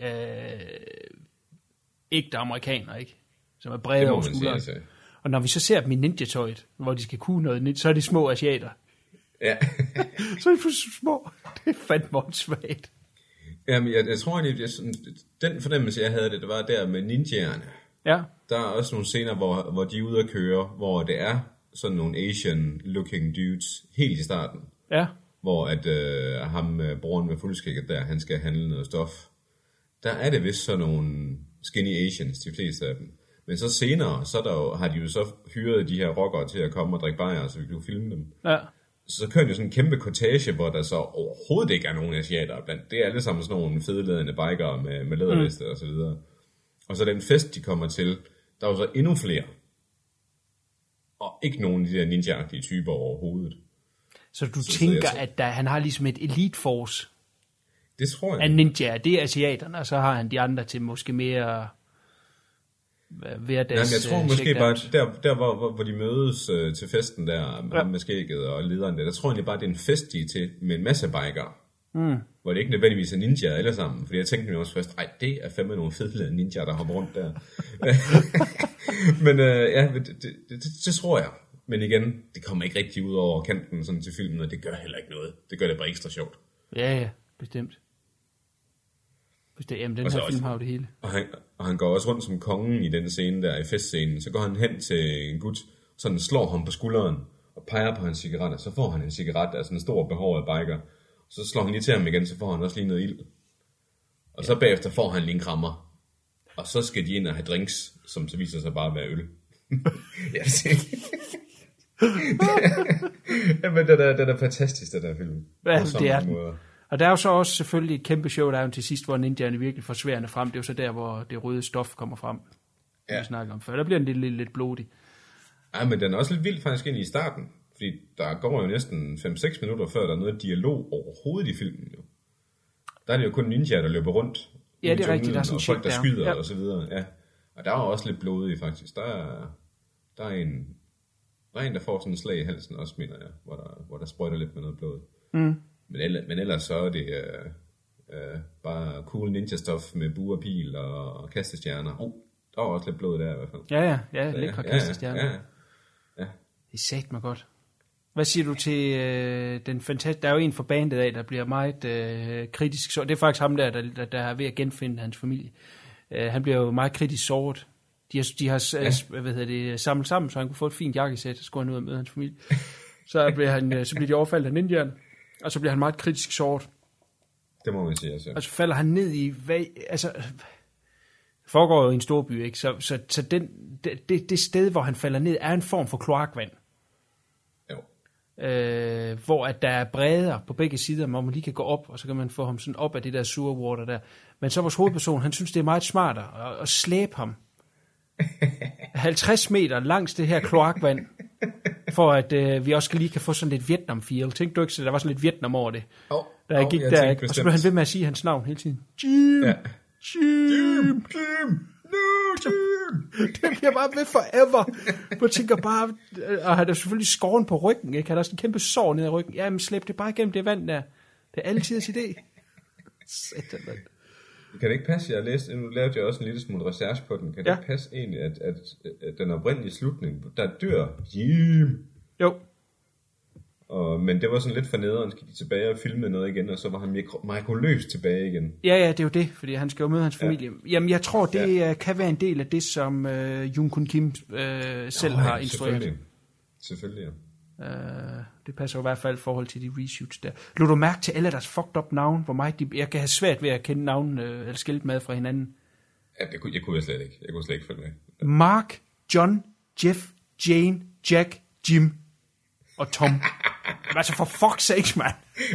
ægte amerikanere, ikke? Som er brede over skulderen. Og når vi så ser dem i ninja-tøjet, hvor de skal kunne noget, så er de små asiater. Ja. Så er de for små. Det er fandme svagt. Jamen, jeg tror egentlig, den fornemmelse, jeg havde det var der med ninjaerne. Ja, Der er også nogle scener, hvor de er ude at køre, hvor det er sådan nogle Asian-looking dudes helt i starten. ja, Hvor at ham, broren med fuldskægget der, han skal handle noget stof. Der er det vist sådan nogle skinny Asians, de fleste af dem. Men så senere, så har de jo så hyret de her rockere til at komme og drikke bajer, så vi kunne filme dem. ja. Så kører de jo sådan en kæmpe kortage, hvor der så overhovedet ikke er nogen asiater blandt. Det er alle sammen sådan nogle fedeledende bikere med læderveste og så videre. Og så den fest, de kommer til, der er jo så endnu flere. Og ikke nogen af de der ninja-agtige typer overhovedet. Så du Så tænker, jeg at han har ligesom et elite force Det tror jeg. af ninjaer. Det er asiaterne, og så har han de andre til måske mere hverdags. Jeg tror måske bare, der hvor de mødes til festen der, Ja. med skægget og lederen der tror jeg bare, det er en fest, de er til med en masse bikere. Hvor det ikke nødvendigvis er ninjaer alle sammen. Fordi jeg tænkte mig også først, det er fandme nogle fede ninjaer, der hopper rundt der. Men det tror jeg. Men igen, det kommer ikke rigtig ud over kanten sådan til filmen, og det gør heller ikke noget. Det gør det bare ekstra sjovt. Ja, bestemt. Jamen, den Og så her også- film har jo det hele. Og han går også rundt som kongen i den scene der, i festscenen. Så går han hen til en gut, sådan slår ham på skulderen og peger på hans cigaret, og så får han en cigaret af sådan en stor behåret biker. Så slår han lige til ham igen, så får han også lige noget ild. Og så bagefter får han lige en krammer. Og så skal de ind og have drinks, som så viser sig bare at være øl. Ja, Jamen, den er fantastisk, den der film. Ja, På så det er mange den. måder. Og der er jo så også selvfølgelig et kæmpe showdown til sidst, hvor ninjaerne virkelig får sværende frem. Det er jo så der, hvor det røde stof kommer frem, som vi snakker om før. Der bliver den lidt blodig. Ja, men den er også lidt vild faktisk ind i starten. Fordi der går jo næsten 5-6 minutter før, der er noget dialog overhovedet i filmen. Jo. Der er det jo kun ninjaer, der løber rundt. Ja, i det er rigtigt. junglen, Der er sådan og folk, der shakedown. skyder Ja. og så videre. Ja. Og der er jo også lidt blodige faktisk. Der er en, der får sådan en slag i halsen også, mener jeg. Hvor der sprøjter lidt med noget blod. Men ellers så er det bare cool ninja-stof med bue og pil og kastestjerner. Der er også lidt blod der i hvert fald. Ja, lækre kastestjerner. Ja. Det er sat mig godt. Hvad siger du til den fantastiske... Der er jo en fra bandet af, der bliver meget kritisk. Så det er faktisk ham der er ved at genfinde hans familie. Han bliver jo meget kritisk såret. De har samlet sammen, så han kunne få et fint jakkesæt, så skulle han ud og møde hans familie. Så bliver de overfaldet af ninjaen, og så bliver han meget kritisk såret. Det må man sige, altså. Og så falder han ned i... det foregår jo i en stor by, ikke? Så det sted, hvor han falder ned, er en form for kloakvand. Jo. Hvor at der er brædder på begge sider, hvor man lige kan gå op, og så kan man få ham sådan op af det der sewer water der. Men så vores hovedperson, han synes, det er meget smartere at slæbe ham 50 meter langs det her kloakvand, for at vi også lige kan få sådan lidt Vietnam-feel. Tænkte du ikke, så der var sådan lidt Vietnam over det? Da jeg gik der, ikke? Og så blev han ved med at sige hans navn hele tiden. Jim! Ja. Jim! Det bliver bare ved forever. Du tænker bare, og han er selvfølgelig skåren på ryggen, ikke? Han har sådan en kæmpe sår ned ad ryggen. Jamen, slæb det bare igennem det vand der. Det er altid idé. Satan, mand. Kan det ikke passe, jeg læste, nu lavede jeg også en lille smule research på den, kan det ikke passe egentlig, at den oprindelige slutning, der dør Jim? Jo. Men det var sådan lidt for nederen, skal de tilbage og filme noget igen, og så var han mirakuløst tilbage igen. Ja, det er jo det, fordi han skal jo møde hans familie. Jamen, jeg tror, det kan være en del af det, som Jung Kun Kim selv har instrueret. Selvfølgelig, ja. Det passer jo i hvert fald i forhold til de reshoots der. Lå du mærke til alle deres fucked up navn? Hvor meget jeg kan have svært ved at kende navnen eller skilte med fra hinanden. Ja, jeg kunne slet ikke. Jeg kunne slet ikke følge med. Mark, John, Jeff, Jane, Jack, Jim og Tom. Altså for fuck's sakes, mand.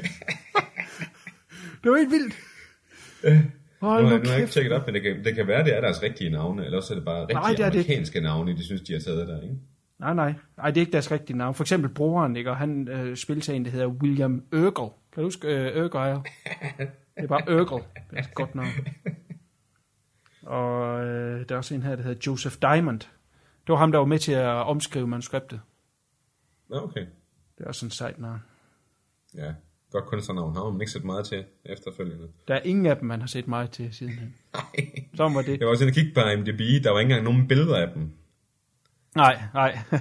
Det var helt vildt. Nu har jeg ikke tjekket op, men det kan være, det er deres rigtige navne, eller også er det bare rigtige amerikanske navne, de synes, de har taget der, ikke? Nej, det er ikke deres rigtige navn. For eksempel broren, ikke? Og han spiller en, der hedder William Urgel. Kan du huske Urgel? Det er bare Urgel. Det er et godt navn. Og der er også en her, der hedder Joseph Diamond. Det var ham, der var med til at omskrive manuskriptet. Okay. Det er også sådan et sejt navn. Ja, godt kunstnernavn. Har man ikke set meget til efterfølgende. Der er ingen af dem, man har set meget til sidenhen. Så var det. Jeg var også inde og kigge på IMDb. Der var ikke engang nogen billeder af dem. Nej.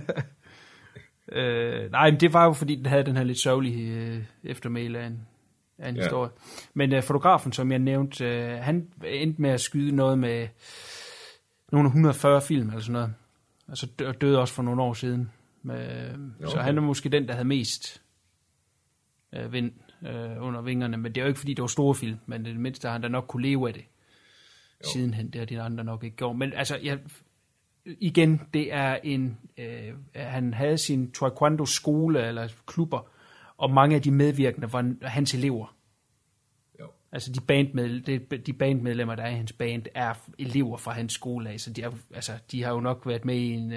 Nej, men det var jo fordi, den havde den her lidt sørgelige eftermæle af af en historie. Men fotografen, som jeg nævnte, han endte med at skyde noget med nogle 140 film eller sådan noget. Altså døde også for nogle år siden. Så han er måske den, der havde mest vind under vingerne. Men det er jo ikke, fordi det var store film, men det mindste har han da nok kunne leve af det. Sidenhen, det har de andre nok ikke gjort. Men altså, igen, det er han havde sin taekwondo-skole eller klubber, og mange af de medvirkende var hans elever. Jo. Altså de bandmedlemmer, der er i hans band, er elever fra hans skole af, så de har jo nok været med i en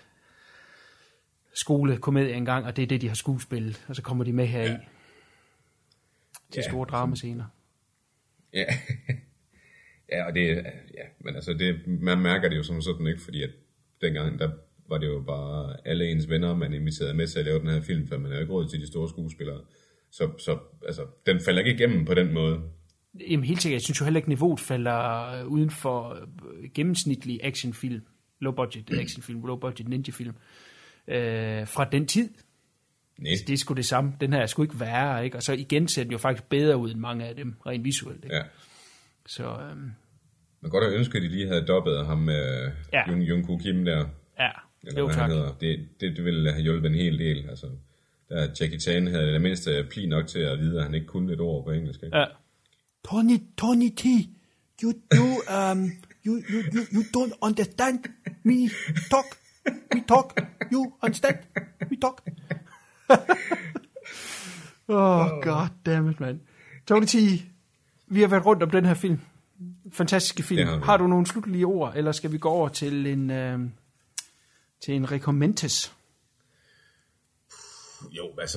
skolekomedie engang, og det er det, de har skuespillet, og så kommer de med her i til store dramascener. Ja. Ja, og det, men altså man mærker det jo som sådan ikke, fordi at dengang, der var det jo bare alle ens venner, man inviterede med til at lave den her film, for man er jo ikke råd til de store skuespillere. Så altså, den falder ikke igennem på den måde. Jamen helt sikkert, jeg synes jo heller ikke, niveauet falder uden for gennemsnitlig actionfilm, low budget actionfilm, low budget ninja-film, fra den tid. Nej. Det er sgu det samme. Den her er sgu ikke værre, ikke? Og så igen ser den jo faktisk bedre ud end mange af dem, rent visuelt. Ikke? Ja. Så, man kan godt have ønsket, at de lige havde dobbet ham med Jung-Koo Kim der. Ja, eller jo hvad tak. han hedder. Det ville have hjulpet en hel del. Altså, der Jackie Chan havde det mindste pli nok til at vide, at han ikke kunne et ord på engelsk. Ikke? Ja. Tony T, you don't understand me talk, you understand me talk. God damn it, man. Tony T, vi har været rundt om den her film. Fantastiske film. Har du nogle slutlige ord, eller skal vi gå over til en recommendtes? Jo, altså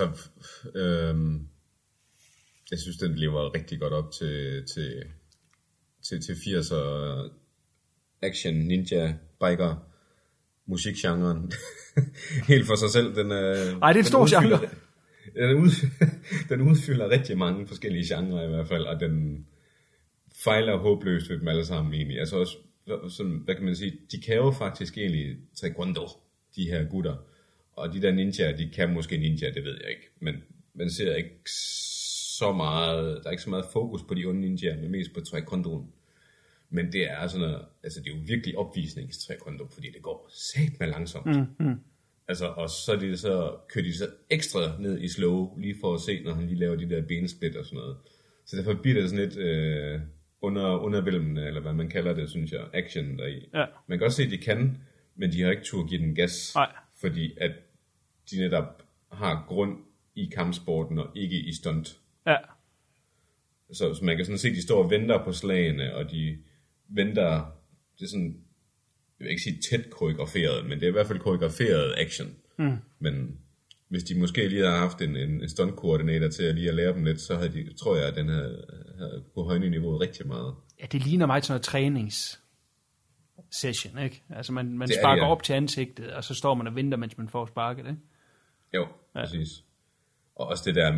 jeg synes, den lever rigtig godt op til 80'er action, ninja, biker, musikgenren. Helt for sig selv. Den er, det er en stor genre. Den udfylder rigtig mange forskellige genrer i hvert fald, og den fejler håbløst ved dem alle sammen egentlig. Altså også, sådan, hvad kan man sige, de kan jo faktisk egentlig taekwondo, de her gutter. Og de der ninjaer, de kan måske ninja, det ved jeg ikke. Men man ser ikke så meget, der er ikke så meget fokus på de onde ninjaer, men mest på taekwondoen. Men det er sådan noget, altså det er jo virkelig opvisningstaekwondo, fordi det går satme langsomt. Altså, og så kører de så ekstra ned i slow, lige for at se, når han lige laver de der bensplit og sådan noget. Så derfor bliver det sådan lidt undervælmende, eller hvad man kalder det, synes jeg, action deri. Ja. Man kan også se, at de kan, men de har ikke tur at give den gas. Nej. Fordi at de netop har grund i kampsporten og ikke i stunt. Ja. Så man kan sådan se, at de står og venter på slagene, og de venter, det er sådan, jeg vil ikke sige tæt koreograferet, men det er i hvert fald koreograferet action. Men hvis de måske lige havde haft en stunt-koordinator til at lige at lære dem lidt, så havde tror jeg, at den havde kunne højne niveauet rigtig meget. Ja, det ligner meget sådan noget træningssession, ikke? Altså man sparker op til ansigtet, og så står man og venter, mens man får sparket, ikke? Jo, præcis. Og også det der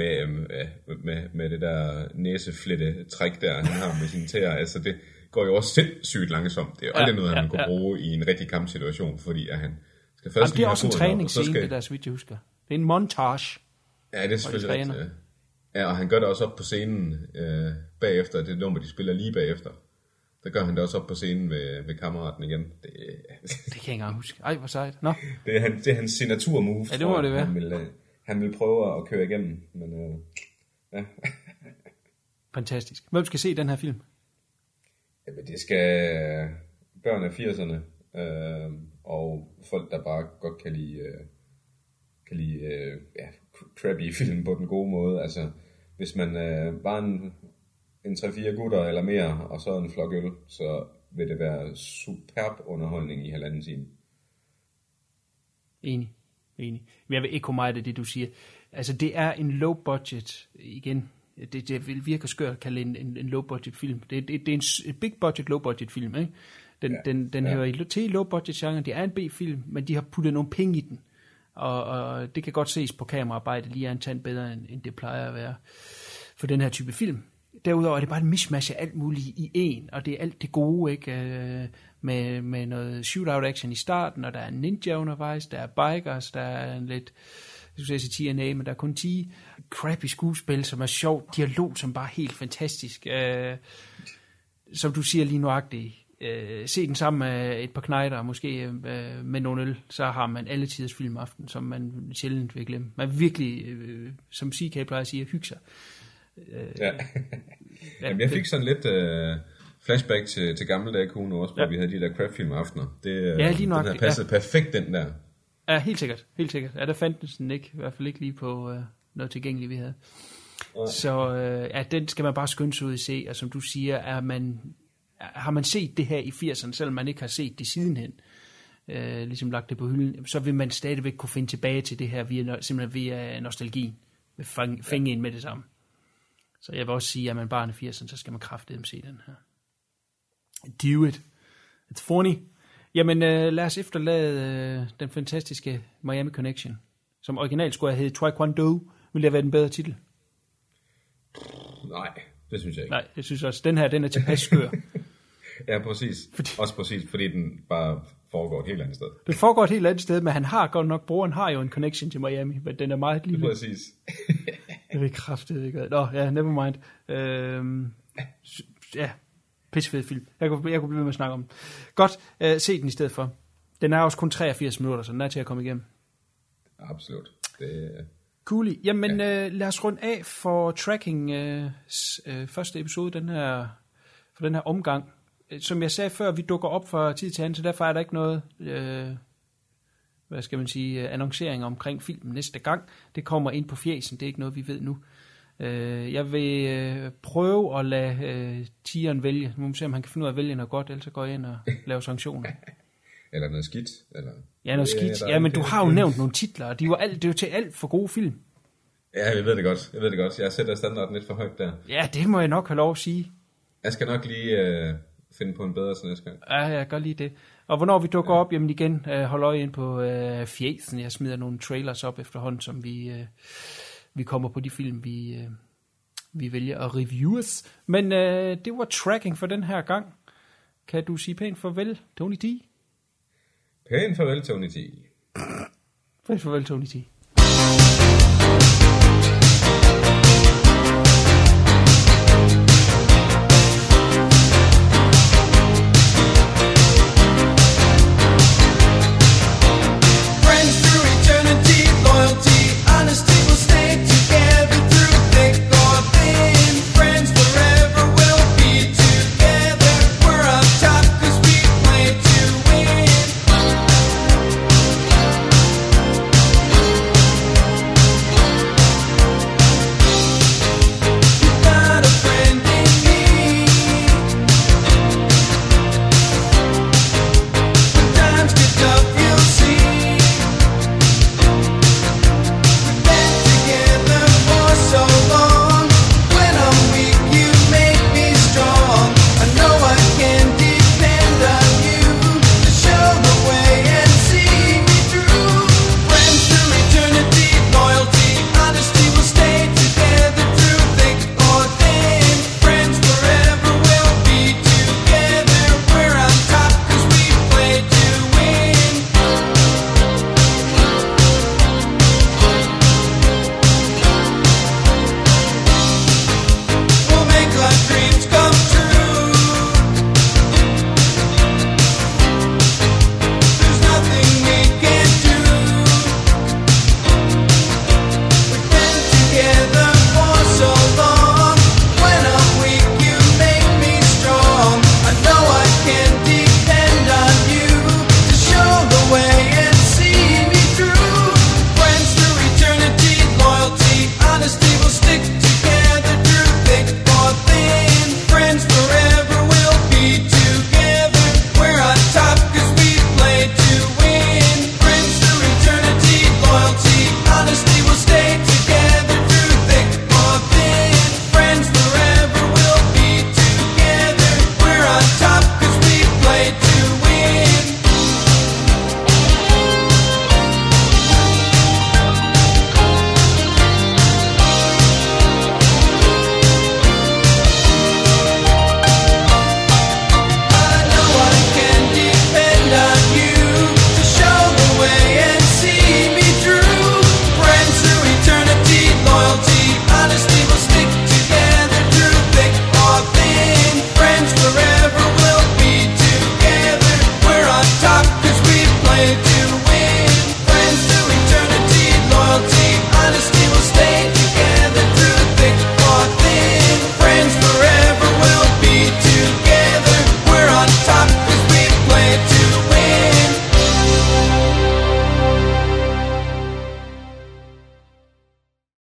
med det der næseflette træk der, han har med sine tæer, altså det går jo også sindssygt langsomt. Det er aldrig noget, han kunne bruge i en rigtig kampsituation, fordi at han skal først det er også en træningsscene, det der, så vidt jeg husker. Det er en montage. Ja, det er selvfølgelig rigtigt. Ja, og han gør det også op på scenen bagefter, det nummer, de spiller lige bagefter. Der gør han det også op på scenen ved kammeraten igen. Det kan jeg ikke engang huske. Ej, hvor sejt. Nå. Det er hans signaturmove. Ja, det må det være. Han vil prøve at køre igennem, men ja. Fantastisk. Hvem skal se den her film? Jamen, det skal børn af 80'erne, og folk, der bare godt kan lide crappy film på den gode måde. Altså, hvis man bare en 3-4 gutter eller mere, og så en flok øl, så vil det være superb underholdning i 1,5 time. Enig. Men jeg vil ikke meget af det, du siger. Altså, det er en low budget, igen, det vil virke skørt at kalde en low budget film. Det er en big budget, low budget film, ikke? Den hører til low budget genre. Det er en B-film, men de har puttet nogle penge i den. Og det kan godt ses på kameraarbejdet lige er en tand bedre, end det plejer at være for den her type film. Derudover er det bare en mishmash af alt muligt i en, og det er alt det gode, ikke? Med noget shootout action i starten, og der er ninja undervejs, der er bikers, der er en lidt du siger TNA, men der er kun 10 crappy skuespil, som er sjovt, dialog, som bare er helt fantastisk. Som du siger lige nuagtigt, se den sammen med et par knejder, måske med nogle øl, så har man alle tiders filmaften, som man sjældent vil glemme. Man virkelig, som CK plejer at sige, hygge sig. Jamen, jeg fik sådan lidt flashback til gamle dage, Kuno, også, hvor vi havde de der crap-film-aftener. Lige nok. Den havde passet perfekt, den der. Ja, helt sikkert. Helt sikkert. Ja, der fandt den ikke. I hvert fald ikke lige på noget tilgængeligt, vi havde. Så den skal man bare skynde sig ud og se. Og som du siger, har man set det her i 80'erne, selvom man ikke har set det sidenhen, ligesom lagt det på hylden, så vil man stadigvæk kunne finde tilbage til det her simpelthen via nostalgien. Fænge ind med det samme. Så jeg vil også sige, at man barn i 80'erne, så skal man kraftedeme se den her. Do it. It's funny. Jamen, lad os efterlade den fantastiske Miami Connection, som originalt skulle have heddet Taekwondo. Ville det være den bedre titel? Nej, det synes jeg ikke. Nej, jeg synes også, den her, den er tilpas skør. Ja, præcis. Også præcis, fordi den bare foregår et helt andet sted. Det foregår et helt andet sted, men han har godt nok, broren har jo en connection til Miami, men den er meget lille. Præcis. Det er kraftigt, ikke? Nå, ja, never mind. Ja, pissefed film. Jeg kunne blive ved med at snakke om den. Godt, se den i stedet for. Den er også kun 83 minutter, så den er til at komme igennem. Absolut. Det... Cool. Jamen, lad os runde af for tracking første episode for den her omgang. Som jeg sagde før, vi dukker op fra tid til anden, så derfor er der ikke noget, hvad skal man sige, annoncering omkring filmen næste gang. Det kommer ind på fjesen, det er ikke noget, vi ved nu. Jeg vil prøve at lade tieren vælge. Nu må vi se, om han kan finde ud af at vælge noget godt, ellers så går jeg ind og laver sanktioner. Eller noget skidt. Eller... Ja, noget skidt. Ja, men du har jo nævnt nogle titler, og det er jo til alt for gode film. Ja, jeg ved det godt. Jeg sætter standarden lidt for højt der. Ja, det må jeg nok have lov at sige. Jeg skal nok lige finde på en bedre til næste gang. Ja, jeg gør lige det. Og hvornår vi dukker op, jamen igen, hold øje ind på fjesen. Jeg smider nogle trailers op efterhånden, som vi kommer på de film, vi vælger at reviews. Men det var tracking for den her gang. Kan du sige pænt farvel, Tony T? Pænt farvel, Tony T. Pænt farvel, Tony T.